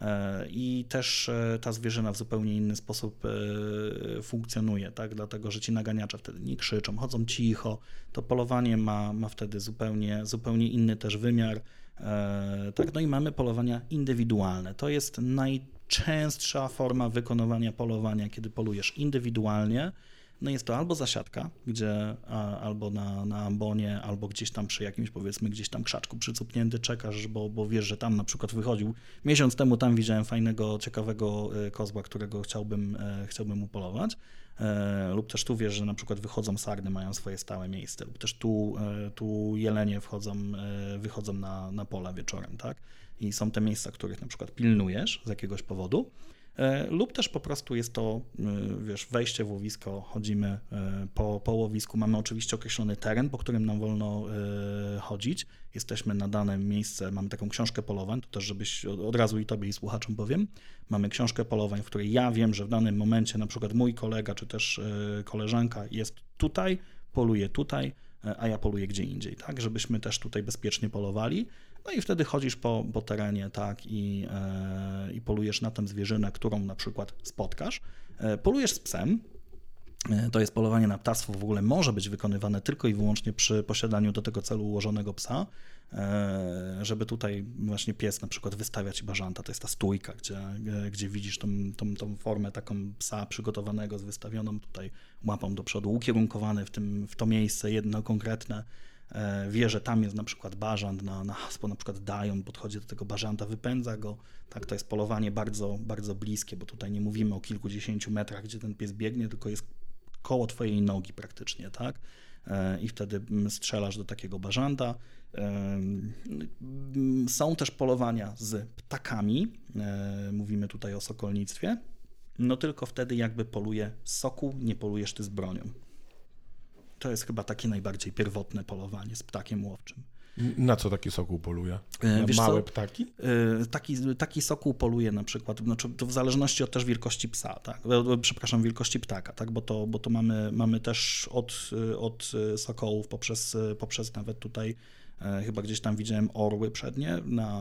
i też ta zwierzyna w zupełnie inny sposób funkcjonuje, tak? Dlatego, że ci naganiacze wtedy nie krzyczą, chodzą cicho, to polowanie ma wtedy zupełnie inny też wymiar. Tak? No i mamy polowania indywidualne. To jest najczęstsza forma wykonywania polowania, kiedy polujesz indywidualnie. No jest to albo zasiadka, gdzie albo na ambonie, albo gdzieś tam przy jakimś, powiedzmy, gdzieś tam krzaczku przycupnięty czekasz, bo wiesz, że tam na przykład wychodził. Miesiąc temu tam widziałem fajnego, ciekawego kozła, którego chciałbym upolować. Lub też tu wiesz, że na przykład wychodzą sarny, mają swoje stałe miejsce, lub też tu jelenie wychodzą na pola wieczorem, tak? I są te miejsca, których na przykład pilnujesz z jakiegoś powodu. Lub też po prostu jest to, wiesz, wejście w łowisko, chodzimy po łowisku, mamy oczywiście określony teren, po którym nam wolno chodzić, jesteśmy na dane miejsce, mamy taką książkę polowań, to też żebyś od razu i tobie i słuchaczom powiem, mamy książkę polowań, w której ja wiem, że w danym momencie na przykład mój kolega czy też koleżanka jest tutaj, poluje tutaj, a ja poluję gdzie indziej, tak, żebyśmy też tutaj bezpiecznie polowali. No i wtedy chodzisz po terenie, tak, i polujesz na tę zwierzynę, którą na przykład spotkasz. Polujesz z psem. To jest polowanie na ptactwo, w ogóle może być wykonywane tylko i wyłącznie przy posiadaniu do tego celu ułożonego psa, żeby tutaj właśnie pies na przykład wystawia ci bażanta, to jest ta stójka, gdzie widzisz tą formę taką psa przygotowanego z wystawioną tutaj łapą do przodu, ukierunkowany w to miejsce jedno konkretne. Wie, że tam jest na przykład bażant, na hasło na przykład daje, on podchodzi do tego bażanta, wypędza go, tak, to jest polowanie bardzo, bardzo bliskie, bo tutaj nie mówimy o kilkudziesięciu metrach, gdzie ten pies biegnie, tylko jest koło twojej nogi praktycznie, tak, i wtedy strzelasz do takiego bażanta. Są też polowania z ptakami, mówimy tutaj o sokolnictwie, no tylko wtedy jakby poluje soku, nie polujesz ty z bronią. To jest chyba takie najbardziej pierwotne polowanie z ptakiem łowczym. Na co taki sokół poluje? Na małe ptaki? Taki sokół poluje na przykład, znaczy to w zależności od też wielkości psa, tak? Przepraszam, wielkości ptaka, tak? Bo to mamy też od sokołów poprzez nawet tutaj chyba gdzieś tam widziałem orły przednie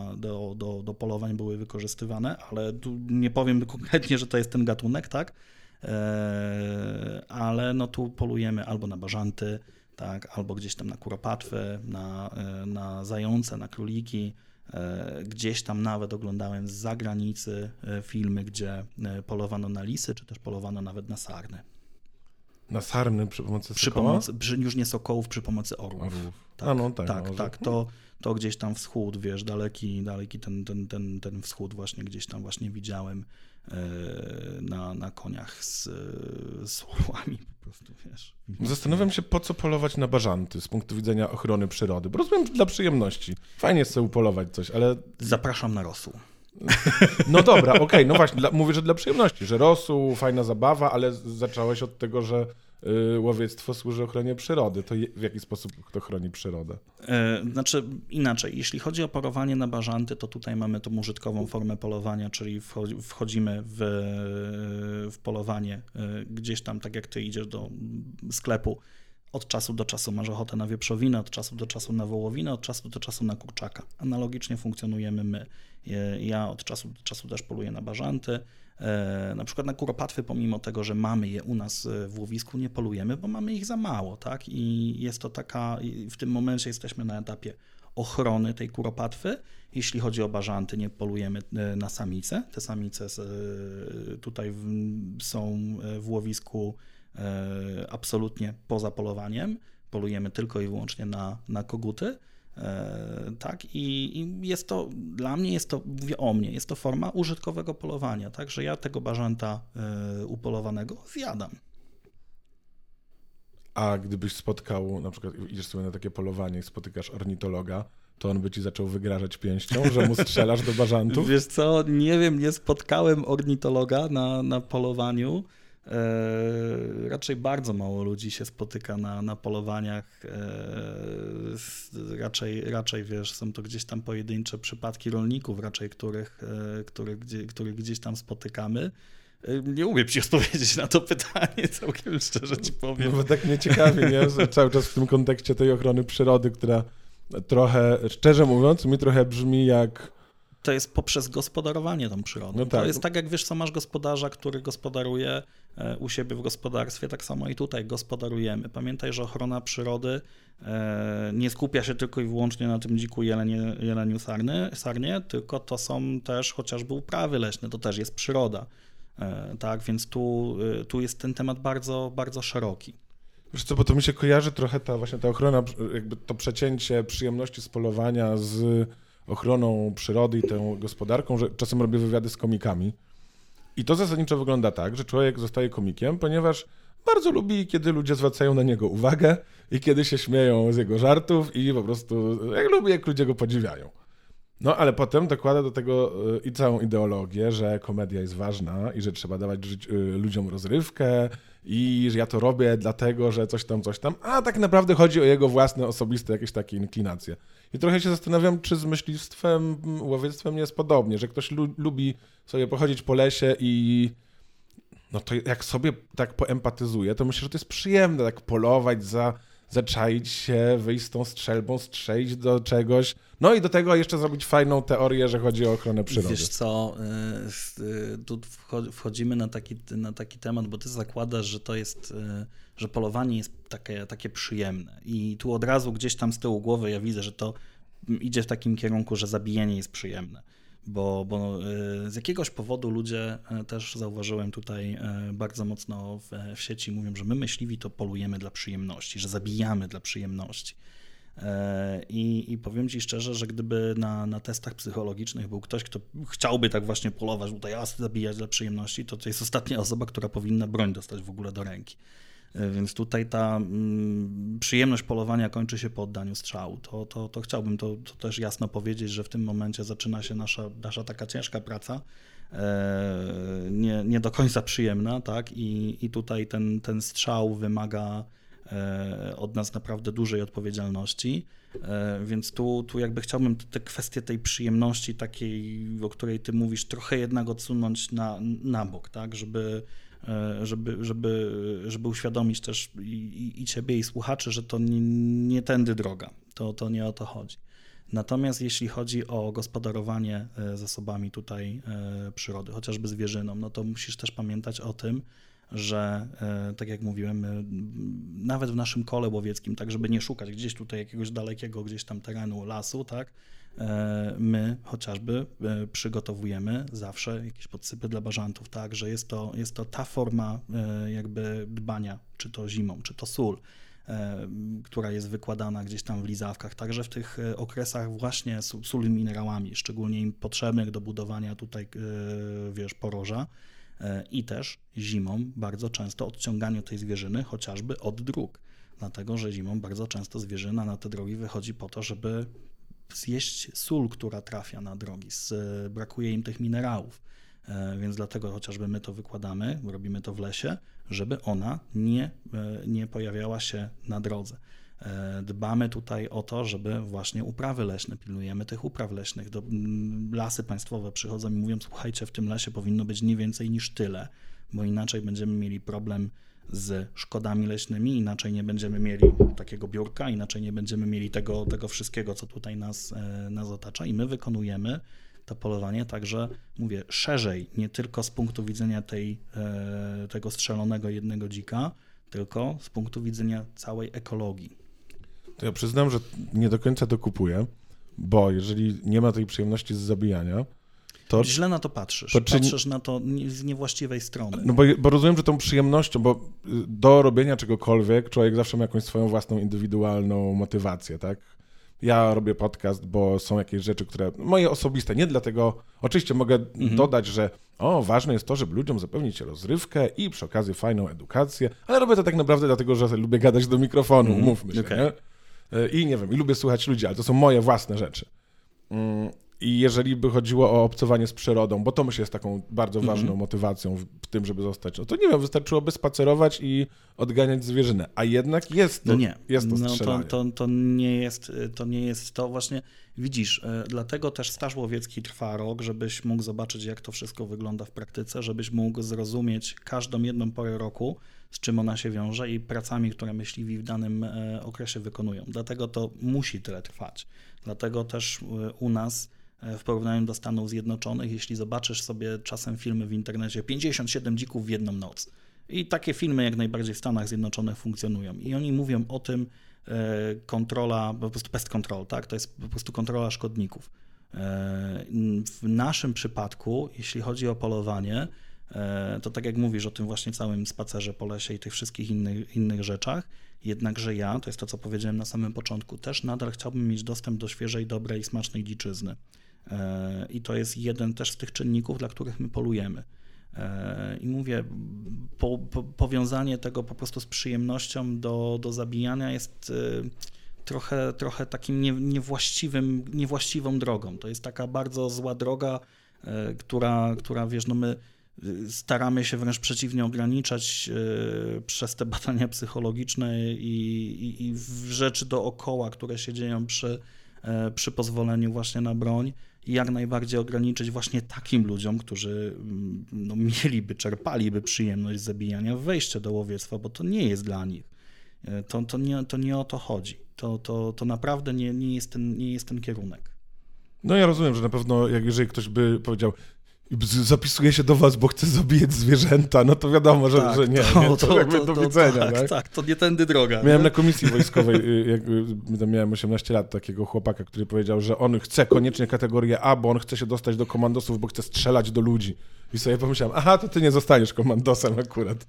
do polowań były wykorzystywane, ale tu nie powiem konkretnie, że to jest ten gatunek, tak? ale no tu polujemy albo na bażanty, tak, albo gdzieś tam na kuropatwy, na zające, na króliki. Gdzieś tam nawet oglądałem z zagranicy filmy, gdzie polowano na lisy, czy też polowano nawet na sarny. Na sarny przy pomocy sokoła? Już nie sokołów, przy pomocy orłów. Tak, tak. To gdzieś tam wschód, wiesz, daleki ten wschód właśnie gdzieś tam właśnie widziałem na koniach z orłami po prostu, wiesz. Zastanawiam się, po co polować na bażanty z punktu widzenia ochrony przyrody, bo rozumiem, że dla przyjemności. Fajnie jest sobie upolować coś, ale... Zapraszam na rosół. No dobra, okej, no właśnie, mówię, że dla przyjemności, że rosół, fajna zabawa, ale zacząłeś od tego, że łowiectwo służy ochronie przyrody. To w jaki sposób to chroni przyrodę? Znaczy inaczej, jeśli chodzi o polowanie na bażanty, to tutaj mamy tą użytkową formę polowania, czyli wchodzimy w polowanie gdzieś tam, tak jak ty idziesz do sklepu, od czasu do czasu masz ochotę na wieprzowinę, od czasu do czasu na wołowinę, od czasu do czasu na kurczaka. Analogicznie funkcjonujemy my. Ja od czasu do czasu też poluję na bażanty. Na przykład na kuropatwy, pomimo tego, że mamy je u nas w łowisku, nie polujemy, bo mamy ich za mało, tak? I jest to w tym momencie jesteśmy na etapie ochrony tej kuropatwy. Jeśli chodzi o bażanty, nie polujemy na samice. Te samice tutaj są w łowisku absolutnie poza polowaniem. Polujemy tylko i wyłącznie na koguty. Tak, i jest to, dla mnie jest to, mówię o mnie, jest to forma użytkowego polowania, tak, że ja tego bażanta upolowanego zjadam. A gdybyś spotkał, na przykład idziesz sobie na takie polowanie i spotykasz ornitologa, to on by ci zaczął wygrażać pięścią, że mu strzelasz do bażantów? Wiesz co, nie wiem, nie spotkałem ornitologa na polowaniu. Raczej bardzo mało ludzi się spotyka na polowaniach. Raczej wiesz, są to gdzieś tam pojedyncze przypadki rolników, raczej których gdzieś tam spotykamy. Nie umiem ci odpowiedzieć na to pytanie, całkiem szczerze ci powiem. No bo tak mnie ciekawi, nie? Cały czas w tym kontekście tej ochrony przyrody, która trochę, szczerze mówiąc, mi trochę brzmi jak... To jest poprzez gospodarowanie tą przyrodą. No tak. To jest tak, jak wiesz, co masz gospodarza, który gospodaruje u siebie w gospodarstwie, tak samo i tutaj gospodarujemy. Pamiętaj, że ochrona przyrody nie skupia się tylko i wyłącznie na tym dziku jeleniu sarnie, tylko to są też chociażby uprawy leśne, to też jest przyroda. Tak, więc tu jest ten temat bardzo, bardzo szeroki. Wiesz co, bo to mi się kojarzy trochę ta ochrona, jakby to przecięcie przyjemności z polowania z ochroną przyrody i tą gospodarką, że czasem robię wywiady z komikami i to zasadniczo wygląda tak, że człowiek zostaje komikiem, ponieważ bardzo lubi, kiedy ludzie zwracają na niego uwagę i kiedy się śmieją z jego żartów i po prostu lubi, jak ludzie go podziwiają. No ale potem dokłada do tego i całą ideologię, że komedia jest ważna i że trzeba dawać ludziom rozrywkę i że ja to robię dlatego, że coś tam, a tak naprawdę chodzi o jego własne, osobiste jakieś takie inklinacje. I trochę się zastanawiam, czy z myśliwstwem, łowiectwem nie jest podobnie, że ktoś lubi sobie pochodzić po lesie i no to jak sobie tak poempatyzuje, to myślę, że to jest przyjemne tak polować, zaczaić się, wyjść z tą strzelbą, strzelić do czegoś, no i do tego jeszcze zrobić fajną teorię, że chodzi o ochronę przyrody. Wiesz co, tu wchodzimy na taki temat, bo ty zakładasz, że to jest, że polowanie jest takie przyjemne i tu od razu gdzieś tam z tyłu głowy ja widzę, że to idzie w takim kierunku, że zabijanie jest przyjemne. Bo z jakiegoś powodu ludzie, też zauważyłem tutaj bardzo mocno w sieci, mówią, że my myśliwi to polujemy dla przyjemności, że zabijamy dla przyjemności. I powiem ci szczerze, że gdyby na testach psychologicznych był ktoś, kto chciałby tak właśnie polować, tutaj zabijać dla przyjemności, to jest ostatnia osoba, która powinna broń dostać w ogóle do ręki. Więc tutaj ta przyjemność polowania kończy się po oddaniu strzału. To chciałbym to też jasno powiedzieć, że w tym momencie zaczyna się nasza taka ciężka praca, nie do końca przyjemna, tak? I tutaj ten strzał wymaga od nas naprawdę dużej odpowiedzialności, więc tu jakby chciałbym te kwestie tej przyjemności takiej, o której ty mówisz, trochę jednak odsunąć na bok, tak? Żeby uświadomić też i ciebie, i słuchaczy, że to nie tędy droga, to nie o to chodzi. Natomiast jeśli chodzi o gospodarowanie zasobami tutaj przyrody, chociażby zwierzyną, no to musisz też pamiętać o tym, że tak jak mówiłem, nawet w naszym kole łowieckim, tak żeby nie szukać gdzieś tutaj jakiegoś dalekiego gdzieś tam terenu, lasu, tak, my chociażby przygotowujemy zawsze jakieś podsypy dla bażantów, tak, że jest to ta forma jakby dbania, czy to zimą, czy to sól, która jest wykładana gdzieś tam w lizawkach, także w tych okresach właśnie sól minerałami, szczególnie im potrzebnych do budowania tutaj, poroża, i też zimą bardzo często odciąganiu tej zwierzyny chociażby od dróg, dlatego że zimą bardzo często zwierzyna na te drogi wychodzi po to, żeby zjeść sól, która trafia na drogi, brakuje im tych minerałów, więc dlatego chociażby my to wykładamy, robimy to w lesie, żeby ona nie pojawiała się na drodze. Dbamy tutaj o to, żeby właśnie uprawy leśne, pilnujemy tych upraw leśnych. Lasy państwowe przychodzą i mówią, słuchajcie, w tym lesie powinno być nie więcej niż tyle, bo inaczej będziemy mieli problem z szkodami leśnymi, inaczej nie będziemy mieli takiego biurka, inaczej nie będziemy mieli tego wszystkiego, co tutaj nas otacza i my wykonujemy to polowanie także, mówię, szerzej, nie tylko z punktu widzenia tego strzelonego jednego dzika, tylko z punktu widzenia całej ekologii. To ja przyznam, że nie do końca to kupuję, bo jeżeli nie ma tej przyjemności z zabijania, to... Źle na to patrzysz. Patrzysz na to z niewłaściwej strony. No bo rozumiem, że tą przyjemnością, bo do robienia czegokolwiek człowiek zawsze ma jakąś swoją własną indywidualną motywację, tak? Ja robię podcast, bo są jakieś rzeczy, które moje osobiste, nie dlatego, oczywiście mogę dodać, że ważne jest to, żeby ludziom zapewnić rozrywkę i przy okazji fajną edukację, ale robię to tak naprawdę dlatego, że lubię gadać do mikrofonu, umówmy się, nie? I nie wiem, i lubię słuchać ludzi, ale to są moje własne rzeczy. I jeżeli by chodziło o obcowanie z przyrodą, bo to myślę jest taką bardzo ważną motywacją w tym, żeby zostać, no to nie wiem, wystarczyłoby spacerować i odganiać zwierzynę, a jednak jest to, jest to strzelanie. To nie jest to właśnie, widzisz, dlatego też staż łowiecki trwa rok, żebyś mógł zobaczyć, jak to wszystko wygląda w praktyce, żebyś mógł zrozumieć każdą jedną porę roku, z czym ona się wiąże i pracami, które myśliwi w danym okresie wykonują. Dlatego to musi tyle trwać. Dlatego też u nas w porównaniu do Stanów Zjednoczonych, jeśli zobaczysz sobie czasem filmy w internecie, 57 dzików w jedną noc. I takie filmy jak najbardziej w Stanach Zjednoczonych funkcjonują. I oni mówią o tym, kontrola, po prostu pest control, tak? To jest po prostu kontrola szkodników. W naszym przypadku, jeśli chodzi o polowanie, to tak jak mówisz o tym właśnie całym spacerze po lesie i tych wszystkich innych rzeczach, jednakże ja, to jest to, co powiedziałem na samym początku, też nadal chciałbym mieć dostęp do świeżej, dobrej, smacznej dziczyzny. I to jest jeden też z tych czynników, dla których my polujemy. I mówię, powiązanie tego po prostu z przyjemnością do zabijania jest trochę takim niewłaściwą drogą. To jest taka bardzo zła droga, która wiesz, no my staramy się wręcz przeciwnie ograniczać przez te badania psychologiczne i rzeczy dookoła, które się dzieją przy pozwoleniu właśnie na broń i jak najbardziej ograniczyć właśnie takim ludziom, którzy no, czerpaliby przyjemność z zabijania w wejście do łowiectwa, bo to nie jest dla nich. To nie o to chodzi. To naprawdę nie jest ten kierunek. No ja rozumiem, że na pewno jeżeli ktoś by powiedział, zapisuję się do was, bo chcę zabijać zwierzęta, no to wiadomo, że nie. Do widzenia. Tak, to nie tędy droga. Miałem na komisji wojskowej, jak miałem 18 lat, takiego chłopaka, który powiedział, że on chce koniecznie kategorię A, bo on chce się dostać do komandosów, bo chce strzelać do ludzi. I sobie pomyślałem, to ty nie zostaniesz komandosem akurat.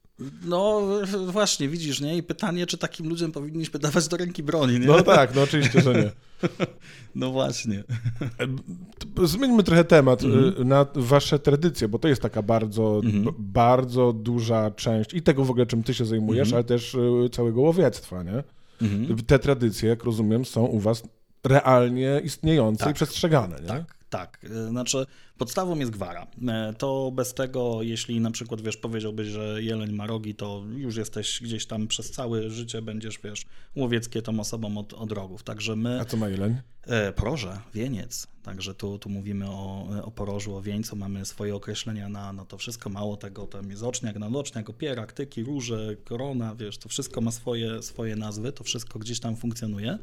No właśnie, widzisz, nie? I pytanie, czy takim ludziom powinniśmy dawać do ręki broni, nie? No tak, no oczywiście, że nie. No właśnie. Zmieńmy trochę temat na wasze tradycje, bo to jest taka bardzo duża część i tego w ogóle, czym ty się zajmujesz, ale też całego łowiectwa, nie? Te tradycje, jak rozumiem, są u was realnie istniejące i przestrzegane, nie? Tak. Znaczy podstawą jest gwara. To bez tego, jeśli na przykład, powiedziałbyś, że jeleń ma rogi, to już jesteś gdzieś tam przez całe życie będziesz, łowieckie tą osobą od rogów. Także my... A co ma jeleń? Poroże, wieniec. Także tu mówimy o porożu, o wieńcu, mamy swoje określenia na to wszystko. Mało tego, tam jest oczniak, nadoczniak, opierak, tyki, róże, korona, to wszystko ma swoje nazwy, to wszystko gdzieś tam funkcjonuje.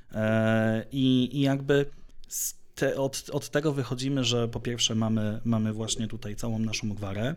I jakby od tego wychodzimy, że po pierwsze mamy właśnie tutaj całą naszą gwarę,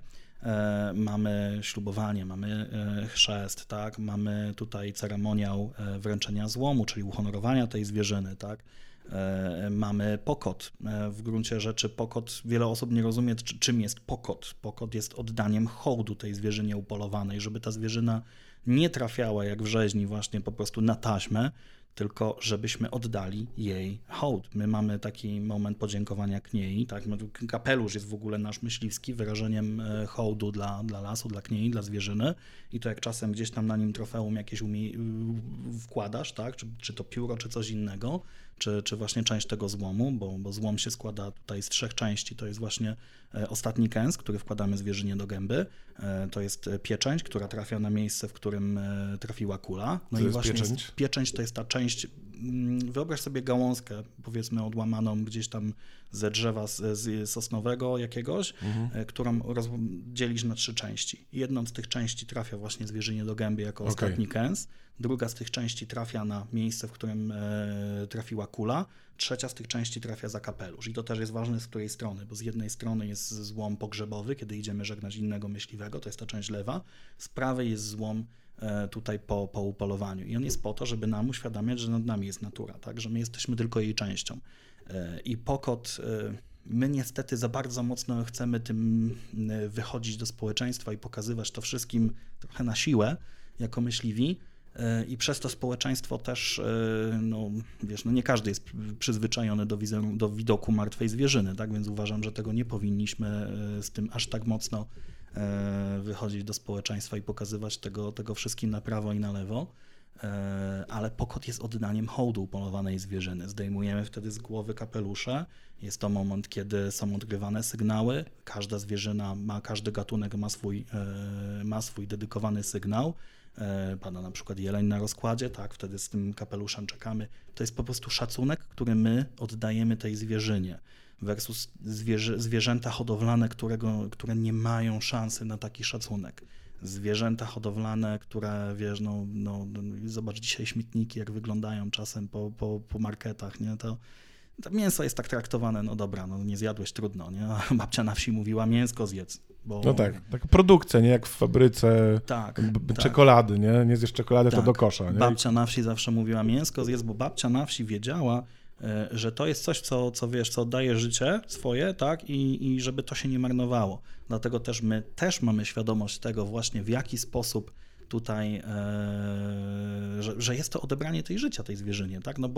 mamy ślubowanie, mamy chrzest, tak? Mamy tutaj ceremoniał wręczenia złomu, czyli uhonorowania tej zwierzyny, tak? Mamy pokot. W gruncie rzeczy pokot, wiele osób nie rozumie, czym jest pokot. Pokot jest oddaniem hołdu tej zwierzynie upolowanej, żeby ta zwierzyna nie trafiała jak w rzeźni właśnie po prostu na taśmę, tylko żebyśmy oddali jej hołd. My mamy taki moment podziękowania kniei, tak? Kapelusz jest w ogóle nasz myśliwski wyrażeniem hołdu dla lasu, dla kniei, dla zwierzyny i to jak czasem gdzieś tam na nim trofeum jakieś wkładasz, tak? Czy to pióro, czy coś innego, czy właśnie część tego złomu, bo złom się składa tutaj z 3 części. To jest właśnie ostatni kęs, który wkładamy zwierzynie do gęby. To jest pieczęć, która trafia na miejsce, w którym trafiła kula. No Co i jest właśnie pieczęć? Pieczęć to jest ta część, wyobraź sobie gałązkę, powiedzmy odłamaną gdzieś tam ze drzewa sosnowego jakiegoś, którą dzielisz na 3 części. Jedną z tych części trafia właśnie zwierzynie do gęby jako ostatni kęs, druga z tych części trafia na miejsce, w którym trafiła kula, trzecia z tych części trafia za kapelusz. I to też jest ważne z której strony, bo z jednej strony jest złom pogrzebowy, kiedy idziemy żegnać innego myśliwego, to jest ta część lewa, z prawej jest złom tutaj po upolowaniu. I on jest po to, żeby nam uświadamiać, że nad nami jest natura, tak? Że my jesteśmy tylko jej częścią. I pokot, my niestety za bardzo mocno chcemy tym wychodzić do społeczeństwa i pokazywać to wszystkim trochę na siłę, jako myśliwi. I przez to społeczeństwo też, no wiesz, no nie każdy jest przyzwyczajony do widoku martwej zwierzyny, tak? Więc uważam, że tego nie powinniśmy z tym aż tak mocno wychodzić do społeczeństwa i pokazywać tego wszystkim na prawo i na lewo, ale pokot jest oddaniem hołdu upolowanej zwierzyny. Zdejmujemy wtedy z głowy kapelusze. Jest to moment, kiedy są odgrywane sygnały. Każda zwierzyna każdy gatunek ma swój dedykowany sygnał. Pada na przykład jeleń na rozkładzie, tak, wtedy z tym kapeluszem czekamy. To jest po prostu szacunek, który my oddajemy tej zwierzynie versus zwierzęta hodowlane, które nie mają szansy na taki szacunek. Zwierzęta hodowlane, które, wiesz, no zobacz dzisiaj śmietniki, jak wyglądają czasem po marketach, nie, to mięso jest tak traktowane, no dobra, no nie zjadłeś, trudno, nie, a babcia na wsi mówiła, mięsko zjedz. No tak, taka produkcja, nie jak w fabryce czekolady, nie? Nie zjesz czekolady, to do kosza. Nie? Babcia na wsi zawsze mówiła mięsko zjedz, bo babcia na wsi wiedziała, że to jest coś, co wiesz, co oddaje życie swoje, tak? I żeby to się nie marnowało. Dlatego też my też mamy świadomość tego właśnie, w jaki sposób tutaj, że jest to odebranie tej życia tej zwierzynie, tak? No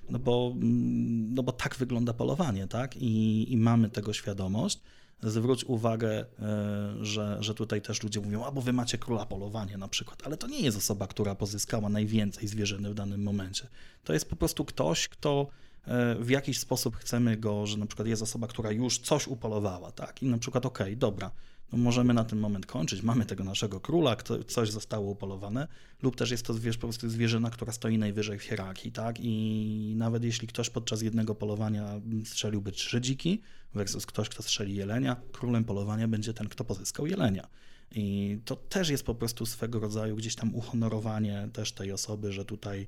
bo tak wygląda polowanie, tak? I mamy tego świadomość. Zwróć uwagę, że tutaj też ludzie mówią, bo wy macie króla polowania na przykład, ale to nie jest osoba, która pozyskała najwięcej zwierzyny w danym momencie. To jest po prostu ktoś, kto w jakiś sposób chcemy go, że na przykład jest osoba, która już coś upolowała, tak? I na przykład okej, dobra, no możemy na ten moment kończyć, mamy tego naszego króla, coś zostało upolowane, lub też jest to po prostu zwierzyna, która stoi najwyżej w hierarchii, tak? I nawet jeśli ktoś podczas jednego polowania strzeliłby 3 dziki versus ktoś, kto strzeli jelenia, królem polowania będzie ten, kto pozyskał jelenia. I to też jest po prostu swego rodzaju gdzieś tam uhonorowanie też tej osoby, że tutaj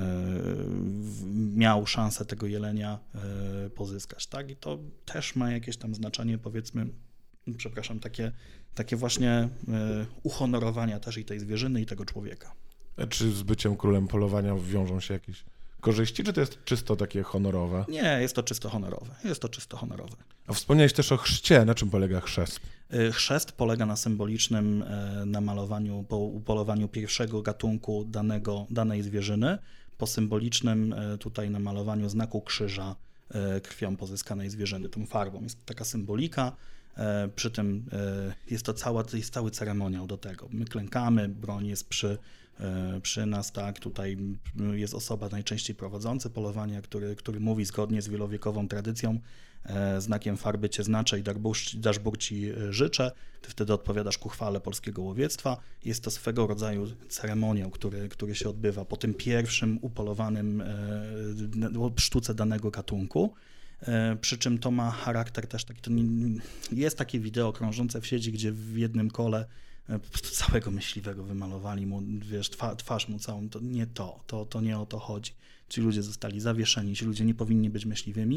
miał szansę tego jelenia pozyskać, tak? I to też ma jakieś tam znaczenie, powiedzmy, takie właśnie uhonorowania też i tej zwierzyny, i tego człowieka. A czy z byciem królem polowania wiążą się jakieś korzyści, czy to jest czysto takie honorowe? Nie, jest to czysto honorowe. A wspomniałeś też o chrzcie. Na czym polega chrzest? Chrzest polega na symbolicznym namalowaniu, po upolowaniu pierwszego gatunku danej zwierzyny, po symbolicznym tutaj namalowaniu znaku krzyża krwią pozyskanej zwierzyny, tą farbą. Jest taka symbolika, przy tym jest cały ceremoniał do tego. My klękamy, broń jest przy nas, tak, tutaj jest osoba najczęściej prowadzący polowania, który mówi zgodnie z wielowiekową tradycją, znakiem farby cię znaczę i daszbur ci życzę, ty wtedy odpowiadasz ku chwale polskiego łowiectwa. Jest to swego rodzaju ceremoniał, który się odbywa po tym pierwszym upolowanym sztuce danego gatunku. Przy czym to ma charakter też taki, jest takie wideo krążące w sieci, gdzie w jednym kole po prostu całego myśliwego wymalowali mu, wiesz, twarz mu całą, to nie o to chodzi. Ci ludzie zostali zawieszeni, ci ludzie nie powinni być myśliwymi.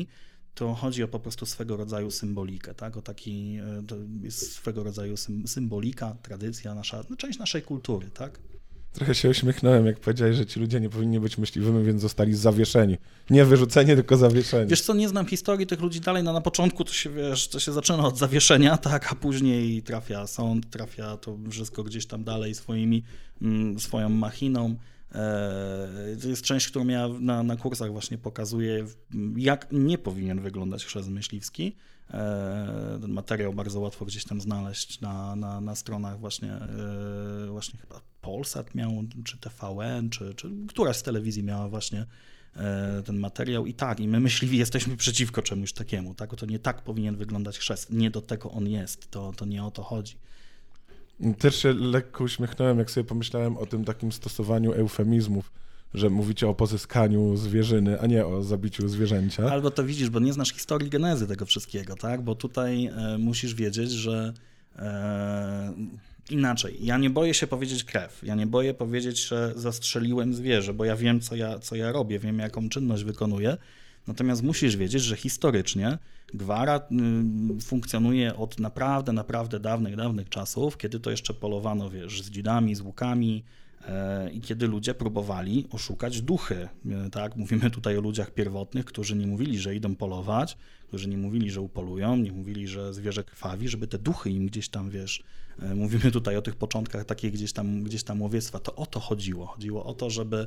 to chodzi o po prostu swego rodzaju symbolikę, tak? O taki, to jest swego rodzaju symbolika, tradycja, część naszej kultury, tak? Trochę się uśmiechnąłem, jak powiedziałeś, że ci ludzie nie powinni być myśliwymi, więc zostali zawieszeni. Nie wyrzuceni, tylko zawieszeni. Wiesz co, nie znam historii tych ludzi dalej, na początku to się, wiesz, to się zaczyna od zawieszenia, tak, a później trafia sąd, trafia to wszystko gdzieś tam dalej swoją machiną. To jest część, którą ja na kursach właśnie pokazuję, jak nie powinien wyglądać chrzest myśliwski. Ten materiał bardzo łatwo gdzieś tam znaleźć na stronach właśnie chyba Polsat miał, czy TVN, czy któraś z telewizji miała właśnie ten materiał i tak, i my myśliwi jesteśmy przeciwko czemuś takiemu, tak? To nie tak powinien wyglądać chrzest, nie do tego on jest, to nie o to chodzi. Też się lekko uśmiechnąłem, jak sobie pomyślałem o tym takim stosowaniu eufemizmów, że mówicie o pozyskaniu zwierzyny, a nie o zabiciu zwierzęcia. Albo to widzisz, bo nie znasz historii genezy tego wszystkiego, tak? Bo tutaj musisz wiedzieć, że inaczej, ja nie boję się powiedzieć krew, ja nie boję powiedzieć, że zastrzeliłem zwierzę, bo ja wiem, co ja robię, wiem, jaką czynność wykonuję. Natomiast musisz wiedzieć, że historycznie gwara funkcjonuje od naprawdę dawnych czasów, kiedy to jeszcze polowano, wiesz, z dzidami, z łukami i kiedy ludzie próbowali oszukać duchy, tak? Mówimy tutaj o ludziach pierwotnych, którzy nie mówili, że idą polować, którzy nie mówili, że upolują, nie mówili, że zwierzę krwawi, żeby te duchy im gdzieś tam, wiesz, mówimy tutaj o tych początkach takiej gdzieś tam łowiectwa, to o to chodziło. Chodziło o to, żeby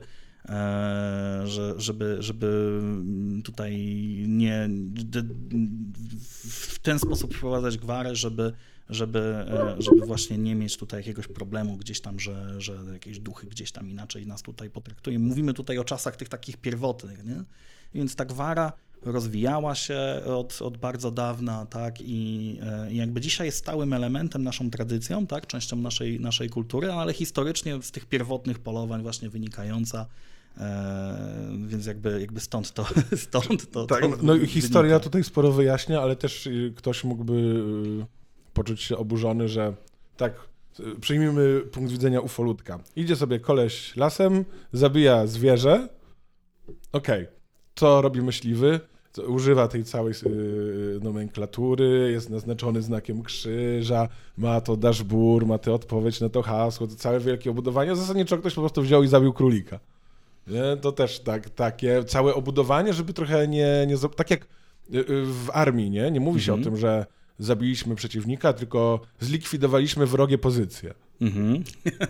tutaj nie w ten sposób wprowadzać gwarę, żeby właśnie nie mieć tutaj jakiegoś problemu gdzieś tam, że jakieś duchy gdzieś tam inaczej nas tutaj potraktują. Mówimy tutaj o czasach tych takich pierwotnych, nie? Więc ta gwara rozwijała się od bardzo dawna, tak, i jakby dzisiaj jest stałym elementem, naszą tradycją, tak, częścią naszej kultury, ale historycznie z tych pierwotnych polowań właśnie wynikająca, więc jakby stąd to tak, to no historia wynika. tutaj sporo wyjaśnia, ale też ktoś mógłby poczuć się oburzony, że tak, przyjmijmy punkt widzenia ufolutka. Idzie sobie koleś lasem, zabija zwierzę, okej. Co robi myśliwy? Używa tej całej nomenklatury, jest naznaczony znakiem krzyża, ma to daszbur, ma tę odpowiedź na to hasło, to całe wielkie obudowanie. Zasadniczo ktoś po prostu wziął i zabił królika. Nie? To też takie całe obudowanie, żeby trochę nie tak jak w armii, nie mówi się o tym, że zabiliśmy przeciwnika, tylko zlikwidowaliśmy wrogie pozycje. Mhm.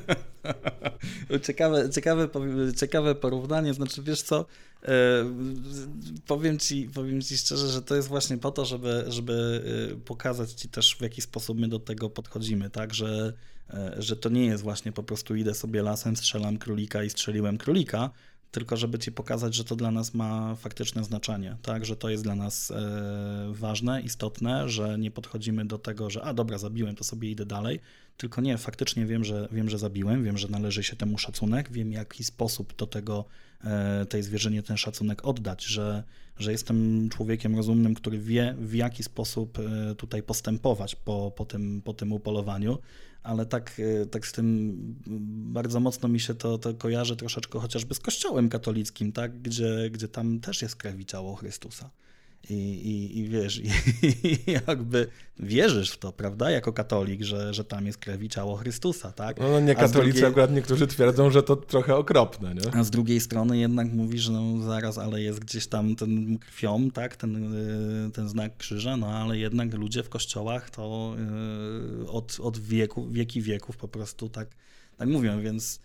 Ciekawe porównanie, znaczy wiesz co, powiem ci szczerze, że to jest właśnie po to, żeby pokazać ci też w jaki sposób my do tego podchodzimy, tak, że to nie jest właśnie po prostu idę sobie lasem, strzelam królika i strzeliłem królika, tylko żeby ci pokazać, że to dla nas ma faktyczne znaczenie, tak, że to jest dla nas ważne, istotne, że nie podchodzimy do tego, że dobra, zabiłem, to sobie idę dalej, tylko nie, faktycznie wiem, że zabiłem, wiem, że należy się temu szacunek, wiem, w jaki sposób do tego, tej zwierzynie ten szacunek oddać, że jestem człowiekiem rozumnym, który wie, w jaki sposób tutaj postępować po tym upolowaniu, ale tak z tym bardzo mocno mi się to kojarzy troszeczkę chociażby z Kościołem katolickim, tak? Gdzie tam też jest krew i ciało Chrystusa. I wiesz, jakby wierzysz w to, prawda, jako katolik, że tam jest krew i ciało Chrystusa, tak? No nie katolicy, akurat niektórzy twierdzą, że to trochę okropne, nie? A z drugiej strony jednak mówisz, no zaraz, ale jest gdzieś tam ten krwią, tak, ten znak krzyża, no ale jednak ludzie w kościołach to od wieki wieków po prostu tak mówią, więc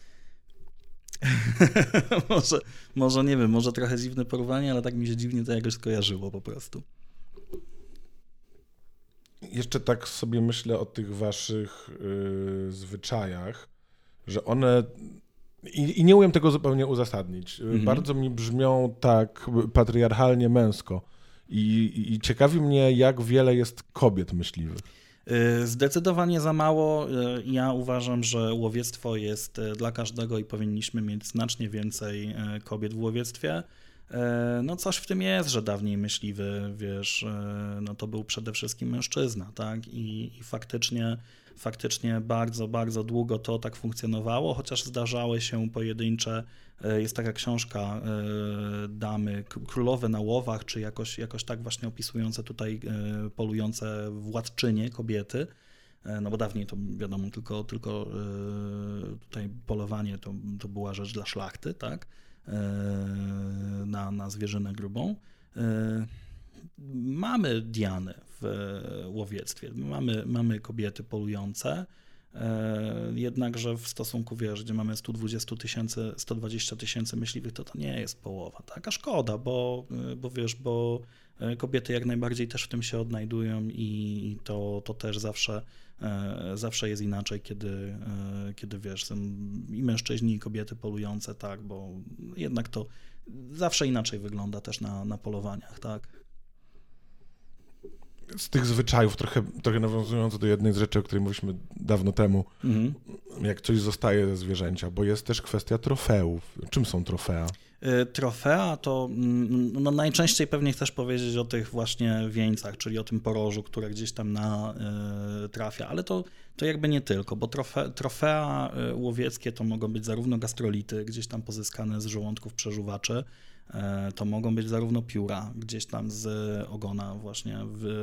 może nie wiem, może trochę dziwne porównanie, ale tak mi się dziwnie to jakoś skojarzyło po prostu. Jeszcze tak sobie myślę o tych waszych zwyczajach, że one, i nie umiem tego zupełnie uzasadnić, bardzo mi brzmią tak patriarchalnie męsko i ciekawi mnie, jak wiele jest kobiet myśliwych. Zdecydowanie za mało. Ja uważam, że łowiectwo jest dla każdego i powinniśmy mieć znacznie więcej kobiet w łowiectwie. No coś w tym jest, że dawniej myśliwy, wiesz, no to był przede wszystkim mężczyzna, tak? I faktycznie bardzo, bardzo długo to tak funkcjonowało, chociaż zdarzały się pojedyncze, jest taka książka Damy, Królowe na łowach, czy jakoś tak właśnie opisujące tutaj polujące władczynie kobiety, no bo dawniej to wiadomo, tylko tutaj polowanie to była rzecz dla szlachty, tak? Na zwierzynę grubą. Mamy Diany w łowiectwie, mamy kobiety polujące, jednakże w stosunku, wiesz, gdzie mamy 120 tysięcy myśliwych, to nie jest połowa, tak? A szkoda, bo kobiety jak najbardziej też w tym się odnajdują i to też zawsze jest inaczej, kiedy wiesz, są i mężczyźni, i kobiety polujące, tak, bo jednak to zawsze inaczej wygląda też na polowaniach, tak. Z tych zwyczajów, trochę nawiązując do jednej z rzeczy, o której mówiliśmy dawno temu, jak coś zostaje ze zwierzęcia, bo jest też kwestia trofeów. Czym są trofea? Trofea to no najczęściej pewnie chcesz powiedzieć o tych właśnie wieńcach, czyli o tym porożu, które gdzieś tam trafia, ale to jakby nie tylko, bo trofea łowieckie to mogą być zarówno gastrolity, gdzieś tam pozyskane z żołądków przeżuwaczy, to mogą być zarówno pióra gdzieś tam z ogona właśnie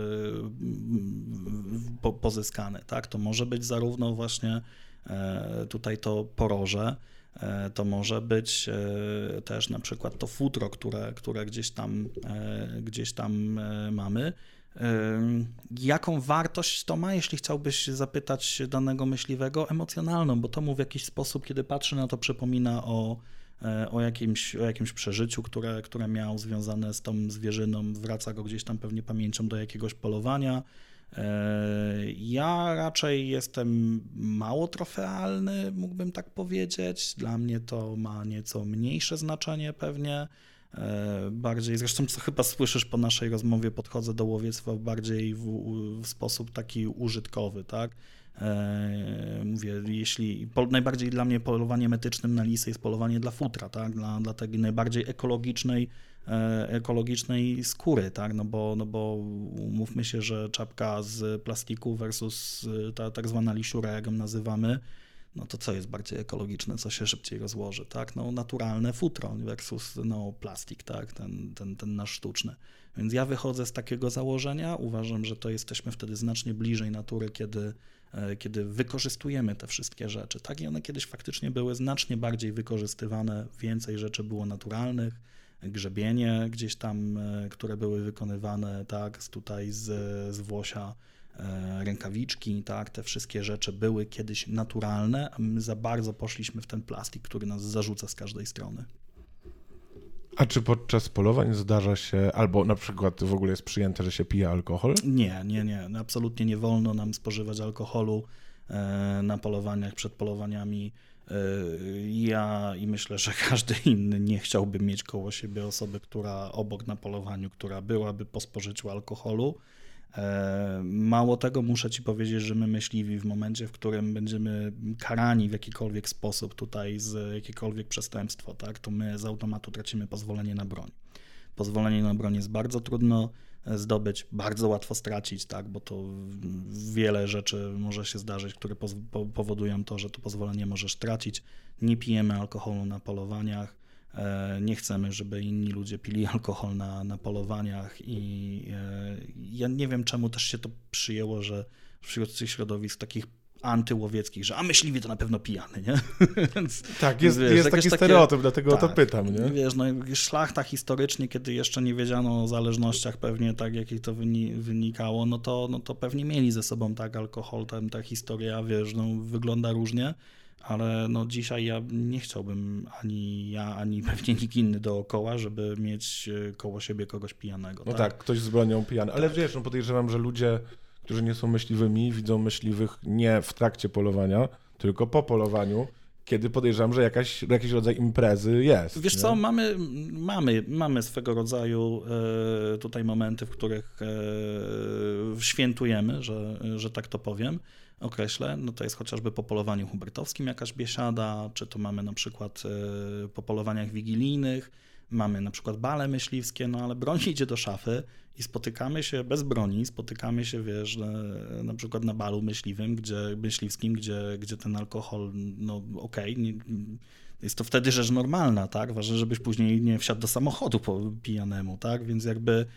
pozyskane, tak? To może być zarówno właśnie tutaj to poroże, to może być też na przykład to futro, które gdzieś tam mamy. Jaką wartość to ma, jeśli chciałbyś zapytać danego myśliwego? Emocjonalną, bo to mu w jakiś sposób, kiedy patrzy na to, przypomina o jakimś przeżyciu, które miał związane z tą zwierzyną, wraca go gdzieś tam pewnie pamięcią do jakiegoś polowania. Ja raczej jestem mało trofealny, mógłbym tak powiedzieć. Dla mnie to ma nieco mniejsze znaczenie pewnie. Bardziej, zresztą co chyba słyszysz po naszej rozmowie, podchodzę do łowiectwa bardziej w sposób taki użytkowy, tak? Mówię, najbardziej dla mnie polowaniem etycznym na lisy jest polowanie dla futra, tak? Dla tej najbardziej ekologicznej skóry, tak? No bo umówmy się, że czapka z plastiku versus ta tak zwana lisiura, jak ją nazywamy, no to co jest bardziej ekologiczne, co się szybciej rozłoży, tak? No naturalne futro versus plastik, tak? Ten nasz sztuczny. Więc ja wychodzę z takiego założenia, uważam, że to jesteśmy wtedy znacznie bliżej natury, kiedy wykorzystujemy te wszystkie rzeczy, tak? I one kiedyś faktycznie były znacznie bardziej wykorzystywane, więcej rzeczy było naturalnych, grzebienie gdzieś tam, które były wykonywane, tak? Z włosia, rękawiczki, tak? Te wszystkie rzeczy były kiedyś naturalne, a my za bardzo poszliśmy w ten plastik, który nas zarzuca z każdej strony. A czy podczas polowań zdarza się, albo na przykład w ogóle jest przyjęte, że się pije alkohol? Nie. Absolutnie nie wolno nam spożywać alkoholu na polowaniach, przed polowaniami. Ja i myślę, że każdy inny nie chciałby mieć koło siebie osoby, która obok na polowaniu, która byłaby po spożyciu alkoholu. Mało tego, muszę ci powiedzieć, że my myśliwi w momencie, w którym będziemy karani w jakikolwiek sposób tutaj z jakiekolwiek przestępstwo, tak, to my z automatu tracimy pozwolenie na broń. Pozwolenie na broń jest bardzo trudno zdobyć, bardzo łatwo stracić, tak, bo to wiele rzeczy może się zdarzyć, które powodują to, że to pozwolenie możesz tracić. Nie pijemy alkoholu na polowaniach. Nie chcemy, żeby inni ludzie pili alkohol na polowaniach i ja nie wiem, czemu też się to przyjęło, że wśród tych środowisk takich antyłowieckich, że myśliwy to na pewno pijany, nie? Więc, tak, jest taki stereotyp, dlatego tak, o to pytam, nie? Wiesz, szlachta historycznie, kiedy jeszcze nie wiedziano o zależnościach pewnie, tak jak to wynikało, no to pewnie mieli ze sobą tak alkohol, ta historia, wiesz, wygląda różnie. Ale dzisiaj ja nie chciałbym ani pewnie nikt inny dookoła, żeby mieć koło siebie kogoś pijanego. No tak, ktoś z bronią pijany. Ale wiesz, podejrzewam, że ludzie, którzy nie są myśliwymi, widzą myśliwych nie w trakcie polowania, tylko po polowaniu, kiedy podejrzewam, że jakiś rodzaj imprezy jest. Wiesz co, mamy swego rodzaju tutaj momenty, w których świętujemy, że tak to powiem, określę, no to jest chociażby po polowaniu hubertowskim jakaś biesiada, czy to mamy na przykład po polowaniach wigilijnych, mamy na przykład bale myśliwskie, no ale broń idzie do szafy i spotykamy się bez broni, spotykamy się, wiesz, na przykład na balu myśliwskim, gdzie ten alkohol, no okej, jest to wtedy rzecz normalna, tak? Ważne, żebyś później nie wsiadł do samochodu po pijanemu, tak? Więc jakby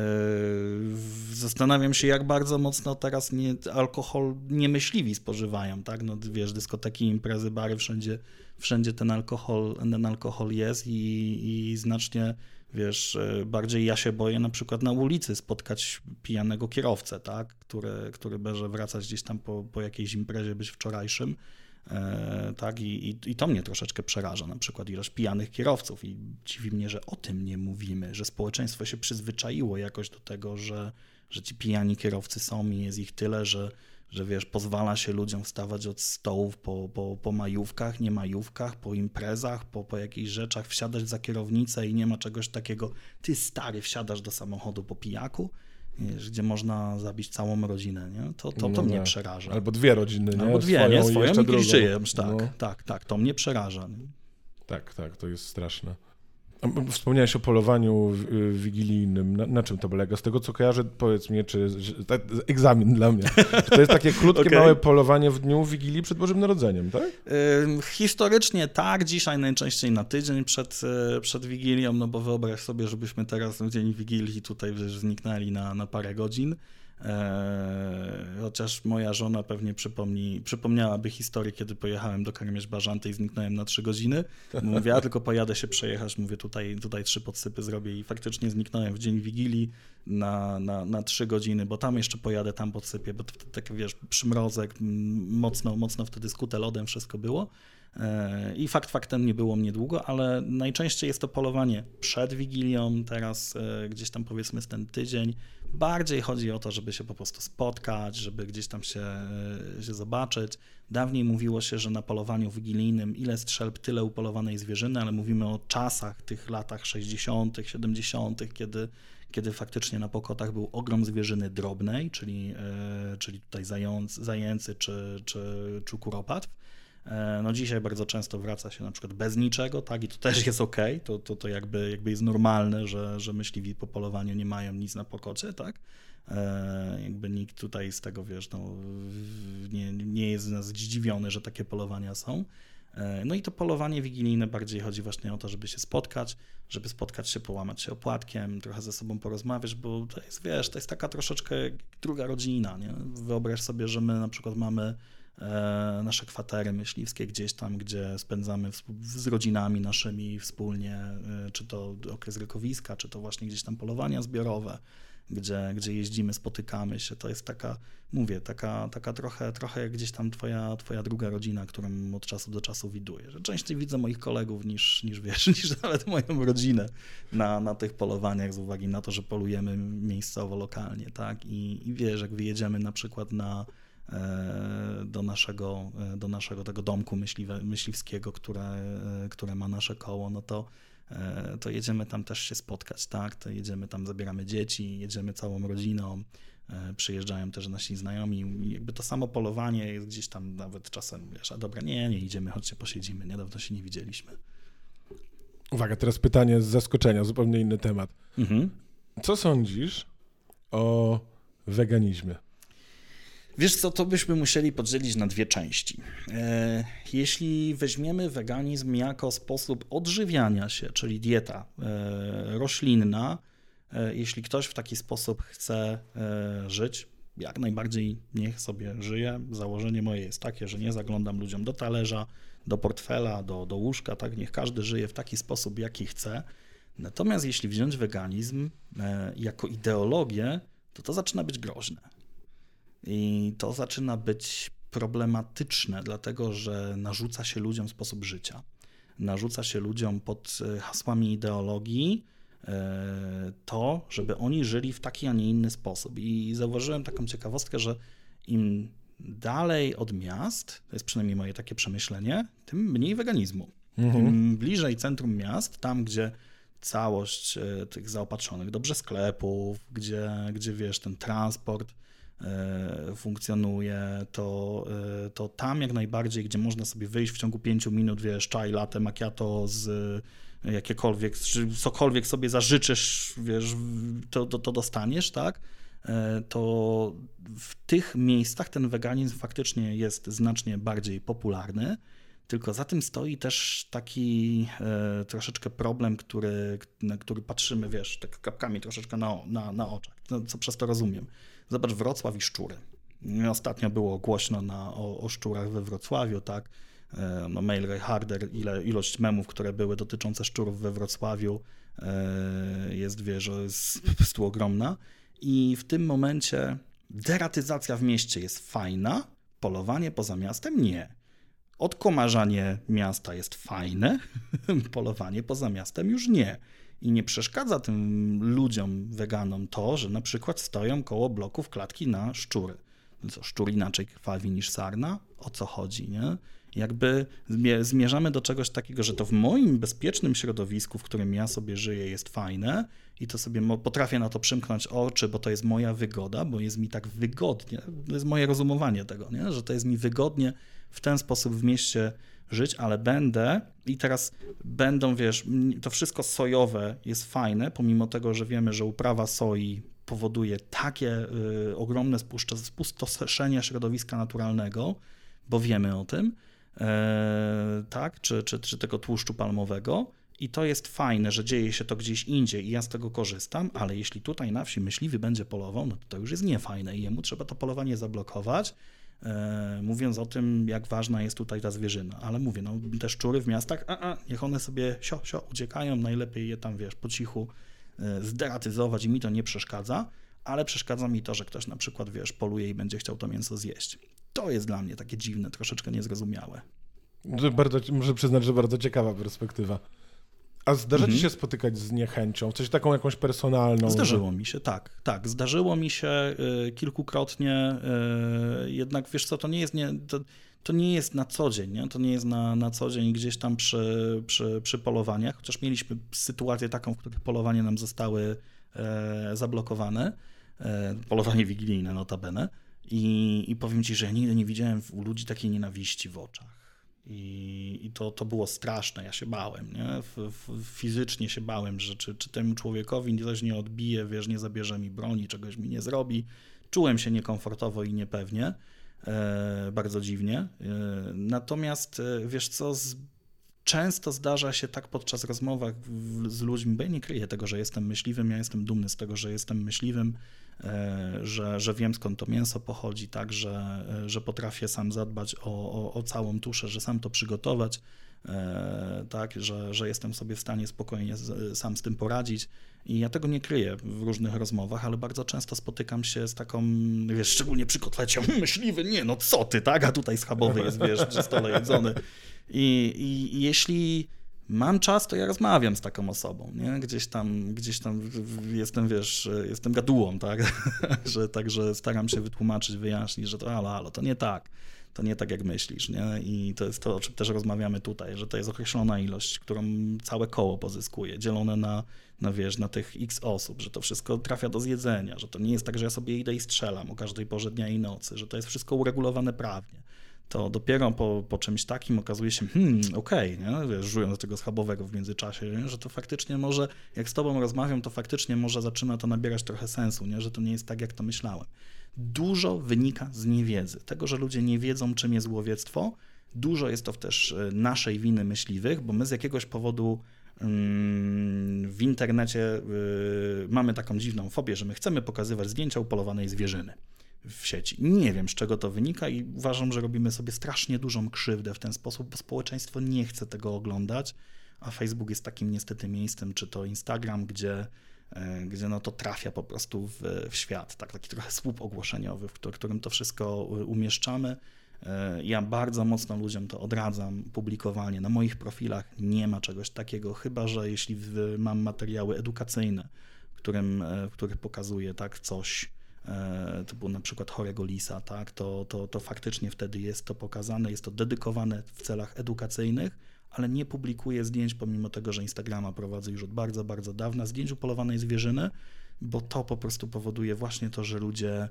zastanawiam się, jak bardzo mocno teraz alkohol niemyśliwi spożywają, tak? No wiesz, dyskoteki, imprezy, bary, wszędzie ten alkohol jest i znacznie, wiesz, bardziej ja się boję na przykład na ulicy spotkać pijanego kierowcę, tak? Który będzie wracać gdzieś tam po jakiejś imprezie, być wczorajszym. Tak, i to mnie troszeczkę przeraża, na przykład ilość pijanych kierowców i dziwi mnie, że o tym nie mówimy, że społeczeństwo się przyzwyczaiło jakoś do tego, że ci pijani kierowcy są i jest ich tyle, że wiesz, pozwala się ludziom wstawać od stołów po majówkach, nie majówkach, po imprezach, po jakichś rzeczach, wsiadać za kierownicę i nie ma czegoś takiego, ty stary, wsiadasz do samochodu po pijaku, wiesz, gdzie można zabić całą rodzinę, nie? To mnie przeraża. Albo dwie rodziny, nie? Albo dwie, swoją i czyjeś, tak, no. tak, to mnie przeraża. Nie? Tak, to jest straszne. Wspomniałeś o polowaniu wigilijnym. Na czym to polega? Z tego, co kojarzę, powiedz mi, egzamin dla mnie. Czy to jest takie krótkie, małe polowanie w dniu Wigilii przed Bożym Narodzeniem, tak? Historycznie tak, dzisiaj najczęściej na tydzień przed Wigilią, no bo wyobraź sobie, żebyśmy teraz w dzień Wigilii tutaj zniknęli na parę godzin. Chociaż moja żona pewnie przypomniałaby historię, kiedy pojechałem do Karmieś-Bażanty i zniknąłem na 3 godziny. Mówię, ja tylko pojadę się przejechać, mówię, tutaj 3 podsypy zrobię i faktycznie zniknąłem w dzień Wigilii na 3 godziny, bo tam jeszcze pojadę, tam podsypię, bo tak wiesz, przymrozek, mocno wtedy skute lodem wszystko było. I faktem nie było mnie długo, ale najczęściej jest to polowanie przed Wigilią, teraz gdzieś tam powiedzmy ten tydzień. Bardziej chodzi o to, żeby się po prostu spotkać, żeby gdzieś tam się zobaczyć. Dawniej mówiło się, że na polowaniu wigilijnym ile strzelb, tyle upolowanej zwierzyny, ale mówimy o czasach, tych latach 60., 70., kiedy faktycznie na Pokotach był ogrom zwierzyny drobnej, czyli tutaj zajęcy czy kuropatw. No dzisiaj bardzo często wraca się na przykład bez niczego, tak, i to też jest okej, to jakby jest normalne, że myśliwi po polowaniu nie mają nic na Pokocie, tak, jakby nikt tutaj z tego, wiesz, no, nie jest z nas zdziwiony, że takie polowania są. No i to polowanie wigilijne bardziej chodzi właśnie o to, żeby się spotkać, połamać się opłatkiem, trochę ze sobą porozmawiać, bo to jest, wiesz, to jest taka troszeczkę druga rodzina, nie? Wyobraź sobie, że my na przykład mamy nasze kwatery myśliwskie gdzieś tam, gdzie spędzamy z rodzinami naszymi wspólnie, czy to okres rykowiska, czy to właśnie gdzieś tam polowania zbiorowe, gdzie jeździmy, spotykamy się. To jest taka, mówię, taka trochę jak gdzieś tam twoja druga rodzina, którą od czasu do czasu widuję. Że częściej widzę moich kolegów niż nawet moją rodzinę na tych polowaniach z uwagi na to, że polujemy miejscowo, lokalnie, tak? I wiesz, jak wyjedziemy na przykład do naszego tego domku myśliwskiego, które ma nasze koło, no to jedziemy tam też się spotkać, tak? To jedziemy tam, zabieramy dzieci, jedziemy całą rodziną, przyjeżdżają też nasi znajomi i jakby to samo polowanie jest gdzieś tam nawet czasem, wiesz, a dobra, nie idziemy, chodźcie posiedzimy, niedawno się nie widzieliśmy. Uwaga, teraz pytanie z zaskoczenia, zupełnie inny temat. Mhm. Co sądzisz o weganizmie? Wiesz co, to byśmy musieli podzielić na 2 części. Jeśli weźmiemy weganizm jako sposób odżywiania się, czyli dieta roślinna, jeśli ktoś w taki sposób chce żyć, jak najbardziej niech sobie żyje. Założenie moje jest takie, że nie zaglądam ludziom do talerza, do portfela, do łóżka, tak, niech każdy żyje w taki sposób, jaki chce. Natomiast jeśli wziąć weganizm jako ideologię, to zaczyna być groźne. I to zaczyna być problematyczne, dlatego że narzuca się ludziom sposób życia. Narzuca się ludziom pod hasłami ideologii to, żeby oni żyli w taki, a nie inny sposób. I zauważyłem taką ciekawostkę, że im dalej od miast, to jest przynajmniej moje takie przemyślenie, tym mniej weganizmu. Im bliżej centrum miast, tam gdzie całość tych zaopatrzonych dobrze sklepów, gdzie wiesz, ten transport funkcjonuje, to tam jak najbardziej, gdzie można sobie wyjść w ciągu 5 minut, wiesz, czaj, latte, macchiato z jakiekolwiek, czy cokolwiek sobie zażyczysz, wiesz, to dostaniesz, tak? To w tych miejscach ten weganizm faktycznie jest znacznie bardziej popularny, tylko za tym stoi też taki troszeczkę problem, na który patrzymy, wiesz, tak kapkami troszeczkę na oczach, co przez to rozumiem. Zobacz, Wrocław i szczury. Ostatnio było głośno o szczurach we Wrocławiu, tak? No, Mail Harder, ilość memów, które były dotyczące szczurów we Wrocławiu jest, wiesz, jest po prostu ogromna. I w tym momencie deratyzacja w mieście jest fajna, polowanie poza miastem nie. Odkomarzanie miasta jest fajne, polowanie poza miastem już nie. I nie przeszkadza tym ludziom, weganom to, że na przykład stoją koło bloków klatki na szczury. No co, szczur inaczej krwawi niż sarna? O co chodzi, nie? Jakby zmierzamy do czegoś takiego, że to w moim bezpiecznym środowisku, w którym ja sobie żyję, jest fajne i to sobie potrafię na to przymknąć oczy, bo to jest moja wygoda, bo jest mi tak wygodnie, to jest moje rozumowanie tego, nie? Że to jest mi wygodnie w ten sposób w mieście żyć, ale będą, wiesz, to wszystko sojowe jest fajne, pomimo tego, że wiemy, że uprawa soi powoduje takie ogromne spustoszenie środowiska naturalnego, bo wiemy o tym, tak, czy tego tłuszczu palmowego i to jest fajne, że dzieje się to gdzieś indziej i ja z tego korzystam, ale jeśli tutaj na wsi myśliwy będzie polował, no to już jest niefajne i jemu trzeba to polowanie zablokować, mówiąc o tym, jak ważna jest tutaj ta zwierzyna. Ale mówię, no te szczury w miastach, niech one sobie uciekają, najlepiej je tam, wiesz, po cichu zderatyzować i mi to nie przeszkadza, ale przeszkadza mi to, że ktoś na przykład, wiesz, poluje i będzie chciał to mięso zjeść. To jest dla mnie takie dziwne, troszeczkę niezrozumiałe. Muszę przyznać, że bardzo ciekawa perspektywa. A zdarza ci się spotykać z niechęcią? Coś taką jakąś personalną? Zdarzyło mi się, tak. Zdarzyło mi się kilkukrotnie, jednak wiesz co, to nie jest na co dzień, nie? To nie jest na co dzień gdzieś tam przy polowaniach, chociaż mieliśmy sytuację taką, w której polowania nam zostały zablokowane, polowanie wigilijne notabene i powiem ci, że ja nigdy nie widziałem u ludzi takiej nienawiści w oczach. I to było straszne, ja się bałem, nie? Fizycznie się bałem, że czy temu człowiekowi coś nie odbije, wiesz, nie zabierze mi broni, czegoś mi nie zrobi. Czułem się niekomfortowo i niepewnie, bardzo dziwnie. Natomiast wiesz co, często zdarza się tak podczas rozmowach z ludźmi, bo ja nie kryję tego, że jestem myśliwym, ja jestem dumny z tego, że jestem myśliwym, że wiem, skąd to mięso pochodzi, tak, że potrafię sam zadbać o całą tuszę, że sam to przygotować, tak, że jestem sobie w stanie spokojnie sam z tym poradzić i ja tego nie kryję w różnych rozmowach, ale bardzo często spotykam się z taką, wiesz, szczególnie przy kotlecie, myśliwy, nie, no co ty, tak, a tutaj schabowy jest, wiesz, przy stole jedzony i jeśli mam czas, to ja rozmawiam z taką osobą, nie? Gdzieś tam jestem, wiesz, jestem gadułą, tak? Także staram się wytłumaczyć, wyjaśnić, że to halo, to nie tak jak myślisz, nie? I to jest to, o czym też rozmawiamy tutaj, że to jest określona ilość, którą całe koło pozyskuje, dzielone na tych x osób, że to wszystko trafia do zjedzenia, że to nie jest tak, że ja sobie idę i strzelam o każdej porze dnia i nocy, że to jest wszystko uregulowane prawnie. To dopiero po czymś takim okazuje się, okej, nie? Wiesz, żując tego schabowego w międzyczasie, nie? Że to faktycznie może, jak z tobą rozmawiam, to faktycznie może zaczyna to nabierać trochę sensu, nie? Że to nie jest tak, jak to myślałem. Dużo wynika z niewiedzy, tego, że ludzie nie wiedzą, czym jest łowiectwo. Dużo jest to też naszej winy myśliwych, bo my z jakiegoś powodu w internecie mamy taką dziwną fobię, że my chcemy pokazywać zdjęcia upolowanej zwierzyny w sieci. Nie wiem, z czego to wynika i uważam, że robimy sobie strasznie dużą krzywdę w ten sposób, bo społeczeństwo nie chce tego oglądać, a Facebook jest takim niestety miejscem, czy to Instagram, gdzie no to trafia po prostu w świat, tak, taki trochę słup ogłoszeniowy, w którym to wszystko umieszczamy. Ja bardzo mocno ludziom to odradzam publikowanie. Na moich profilach nie ma czegoś takiego, chyba że jeśli mam materiały edukacyjne, w których pokazuję tak coś, to był na przykład chorego lisa, tak, to faktycznie wtedy jest to pokazane, jest to dedykowane w celach edukacyjnych, ale nie publikuję zdjęć, pomimo tego, że Instagrama prowadzę już od bardzo, bardzo dawna, zdjęć upolowanej zwierzyny, bo to po prostu powoduje właśnie to, że ludzie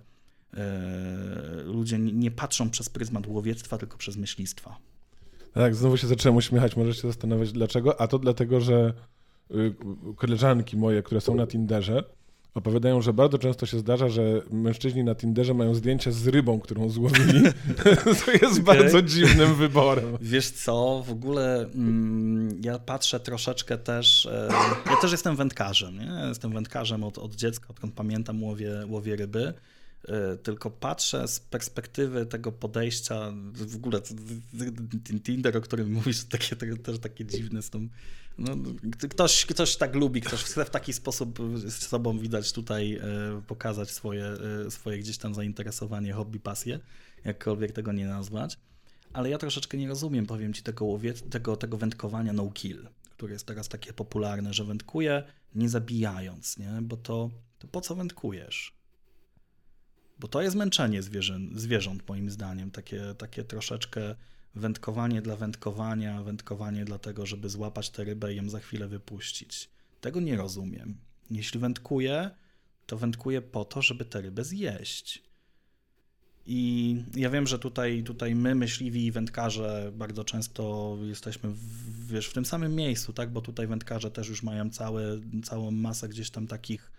nie patrzą przez pryzmat łowiectwa, tylko przez myślistwa. Tak, znowu się zacząłem uśmiechać, możesz się zastanawiać dlaczego, a to dlatego, że koleżanki moje, które są na Tinderze, opowiadają, że bardzo często się zdarza, że mężczyźni na Tinderze mają zdjęcia z rybą, którą złowili. To jest bardzo dziwnym wyborem. Wiesz co, w ogóle ja patrzę troszeczkę też, ja też jestem wędkarzem, nie? Jestem wędkarzem od dziecka, odkąd pamiętam łowię ryby, tylko patrzę z perspektywy tego podejścia, w ogóle ten Tinder, o którym mówisz, też takie dziwne z tą... No, ktoś tak lubi, ktoś chce w taki sposób z sobą widać tutaj pokazać swoje gdzieś tam zainteresowanie, hobby, pasję, jakkolwiek tego nie nazwać. Ale ja troszeczkę nie rozumiem, powiem ci, tego wędkowania no kill, które jest teraz takie popularne, że wędkuję nie zabijając, nie? Bo to po co wędkujesz? Bo to jest męczenie zwierząt moim zdaniem, takie troszeczkę wędkowanie dla wędkowania, wędkowanie dlatego, żeby złapać tę rybę i ją za chwilę wypuścić. Tego nie rozumiem. Jeśli wędkuję, to wędkuję po to, żeby tę rybę zjeść. I ja wiem, że tutaj my, myśliwi i wędkarze, bardzo często jesteśmy w tym samym miejscu, tak? Bo tutaj wędkarze też już mają całą masę gdzieś tam takich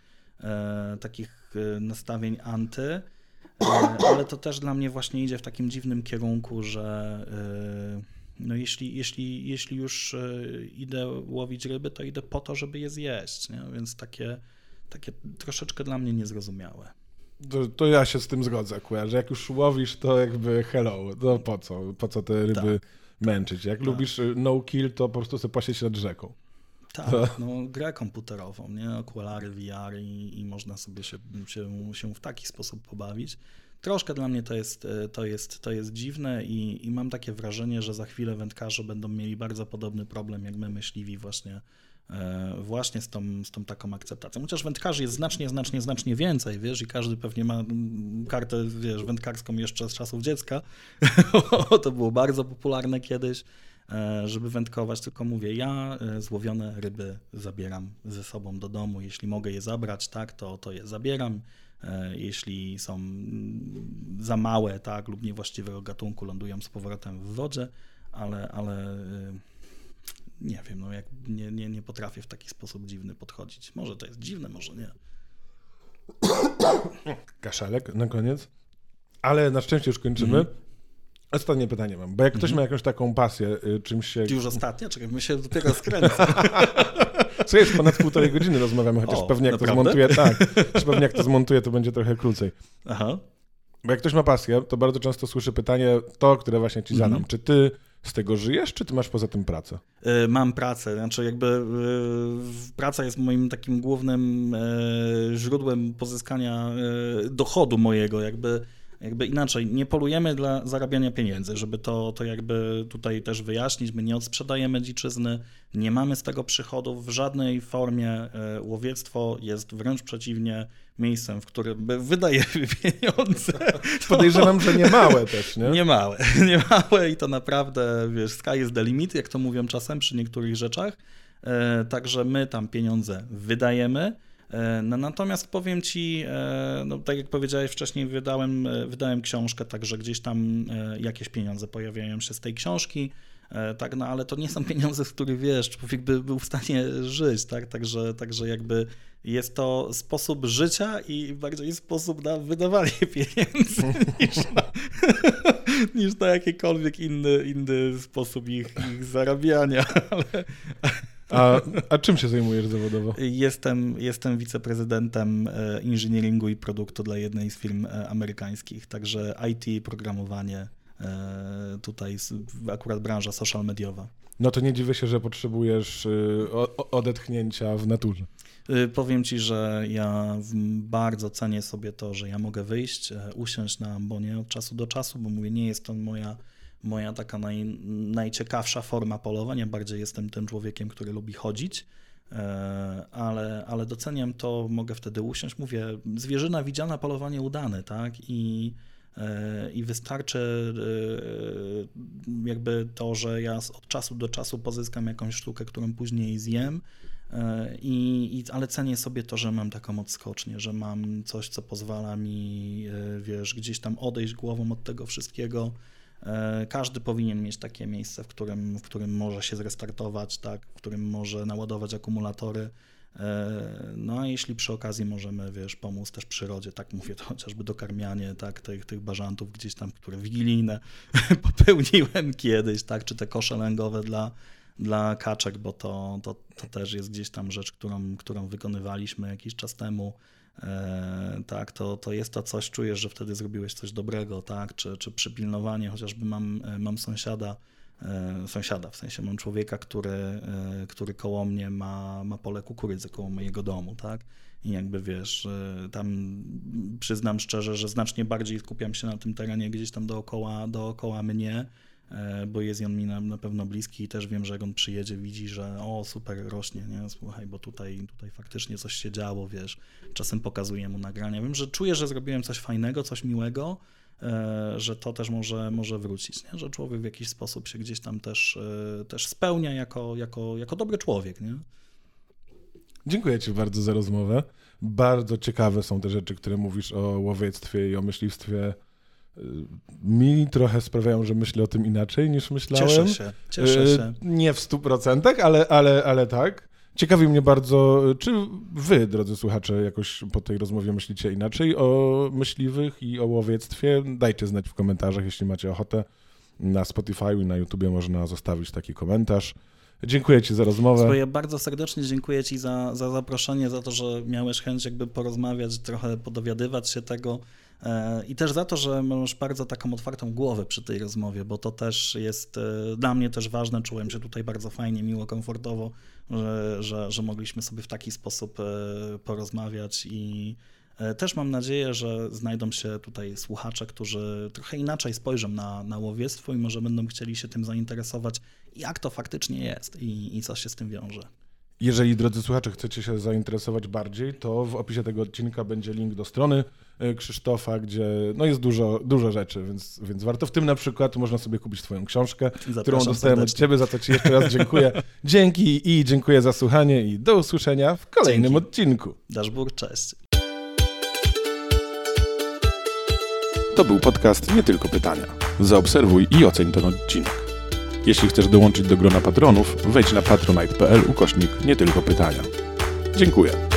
nastawień anty, ale to też dla mnie właśnie idzie w takim dziwnym kierunku, że no jeśli już idę łowić ryby, to idę po to, żeby je zjeść, nie? Więc takie troszeczkę dla mnie niezrozumiałe. To ja się z tym zgodzę akurat, że jak już łowisz, to jakby hello, to po co te ryby męczyć? Jak lubisz no kill, to po prostu sobie posiedzieć nad rzeką. Tak, no grę komputerową, nie? Okulary, VR i można sobie się w taki sposób pobawić. Troszkę dla mnie to jest dziwne i mam takie wrażenie, że za chwilę wędkarze będą mieli bardzo podobny problem jak my, myśliwi, właśnie z tą taką akceptacją. Chociaż wędkarzy jest znacznie więcej, wiesz, i każdy pewnie ma kartę, wiesz, wędkarską jeszcze z czasów dziecka. To było bardzo popularne kiedyś, żeby wędkować, tylko mówię, ja złowione ryby zabieram ze sobą do domu. Jeśli mogę je zabrać, tak, to je zabieram. Jeśli są za małe, tak, lub niewłaściwego gatunku, lądują z powrotem w wodzie, ale nie wiem, no jak nie potrafię w taki sposób dziwny podchodzić. Może to jest dziwne, może nie. Kaszelek na koniec. Ale na szczęście już kończymy. Ostatnie pytanie mam, bo jak ktoś ma jakąś taką pasję, czymś się... Ty już ostatnia? Czekaj, my się dopiero skręcamy. Co jest, ponad 1,5 godziny rozmawiamy, chociaż pewnie jak naprawdę? To zmontuję, pewnie jak to zmontuję, to będzie trochę krócej. Aha. Bo jak ktoś ma pasję, to bardzo często słyszy pytanie, które właśnie ci zadam. Czy ty z tego żyjesz, czy ty masz poza tym pracę? Mam pracę, znaczy jakby praca jest moim takim głównym źródłem pozyskania dochodu mojego, jakby inaczej, nie polujemy dla zarabiania pieniędzy, żeby to jakby tutaj też wyjaśnić, my nie odsprzedajemy dziczyzny, nie mamy z tego przychodów w żadnej formie. Łowiectwo jest wręcz przeciwnie miejscem, w którym wydajemy pieniądze. Podejrzewam, że nie małe też, nie? Nie małe i to naprawdę, wiesz, sky is the limit, jak to mówią czasem przy niektórych rzeczach, także my tam pieniądze wydajemy. No, natomiast powiem ci, no, tak jak powiedziałeś wcześniej, wydałem książkę, także gdzieś tam jakieś pieniądze pojawiają się z tej książki, tak, no ale to nie są pieniądze, z których, wiesz, człowiek by był w stanie żyć, tak, także jakby jest to sposób życia i bardziej sposób na wydawanie pieniędzy niż na jakikolwiek inny sposób ich zarabiania, ale... A czym się zajmujesz zawodowo? Jestem wiceprezydentem inżynieringu i produktu dla jednej z firm amerykańskich, także IT, programowanie, tutaj akurat branża social mediowa. No to nie dziwię się, że potrzebujesz odetchnięcia w naturze. Powiem ci, że ja bardzo cenię sobie to, że ja mogę wyjść, usiąść na ambonie od czasu do czasu, bo mówię, nie jest to moja taka najciekawsza forma polowań. Ja bardziej jestem tym człowiekiem, który lubi chodzić, ale doceniam to, mogę wtedy usiąść. Mówię, zwierzyna widziana, polowanie udane, tak? I I wystarczy jakby to, że ja od czasu do czasu pozyskam jakąś sztukę, którą później zjem, ale cenię sobie to, że mam taką odskocznię, że mam coś, co pozwala mi, wiesz, gdzieś tam odejść głową od tego wszystkiego. Każdy powinien mieć takie miejsce, w którym może się zrestartować, tak, w którym może naładować akumulatory. No a jeśli przy okazji możemy, wiesz, pomóc też przyrodzie, tak mówię, to chociażby dokarmianie, tak, tych bażantów gdzieś tam, które wigilijne popełniłem kiedyś, tak, czy te kosze lęgowe dla kaczek, bo to też jest gdzieś tam rzecz, którą wykonywaliśmy jakiś czas temu. Tak, to jest to coś, czujesz, że wtedy zrobiłeś coś dobrego, tak, czy przypilnowanie, chociażby mam sąsiada, w sensie mam człowieka, który koło mnie ma pole kukurydzy koło mojego domu, tak, i jakby wiesz, tam przyznam szczerze, że znacznie bardziej skupiam się na tym terenie gdzieś tam dookoła mnie, bo jest on mi na pewno bliski i też wiem, że jak on przyjedzie, widzi, że o super, rośnie, nie, słuchaj, bo tutaj faktycznie coś się działo, wiesz, czasem pokazuję mu nagrania, wiem, że czuję, że zrobiłem coś fajnego, coś miłego, że to też może wrócić, nie? Że człowiek w jakiś sposób się gdzieś tam też spełnia jako dobry człowiek, nie? Dziękuję Ci bardzo za rozmowę. Bardzo ciekawe są te rzeczy, które mówisz o łowiectwie i o myśliwstwie. Mi trochę sprawiają, że myślę o tym inaczej niż myślałem. Cieszę się. Nie w 100%, ale tak. Ciekawi mnie bardzo, czy wy, drodzy słuchacze, jakoś po tej rozmowie myślicie inaczej o myśliwych i o łowiectwie? Dajcie znać w komentarzach, jeśli macie ochotę. Na Spotify i na YouTubie można zostawić taki komentarz. Dziękuję Ci za rozmowę. Ja bardzo serdecznie dziękuję Ci za zaproszenie, za to, że miałeś chęć jakby porozmawiać, trochę podowiadywać się tego i też za to, że masz bardzo taką otwartą głowę przy tej rozmowie, bo to też jest dla mnie też ważne. Czułem się tutaj bardzo fajnie, miło, komfortowo, że mogliśmy sobie w taki sposób porozmawiać i też mam nadzieję, że znajdą się tutaj słuchacze, którzy trochę inaczej spojrzą na łowiectwo i może będą chcieli się tym zainteresować, jak to faktycznie jest i co się z tym wiąże. Jeżeli, drodzy słuchacze, chcecie się zainteresować bardziej, to w opisie tego odcinka będzie link do strony Krzysztofa, gdzie jest dużo rzeczy, więc warto. W tym na przykład można sobie kupić Twoją książkę, którą dostałem od Ciebie, za to Ci jeszcze raz dziękuję. Dzięki i dziękuję za słuchanie i do usłyszenia w kolejnym odcinku. Dashbur, cześć. To był podcast Nie Tylko Pytania. Zaobserwuj i oceń ten odcinek. Jeśli chcesz dołączyć do grona patronów, wejdź na patronite.pl/Nie Tylko Pytania. Dziękuję.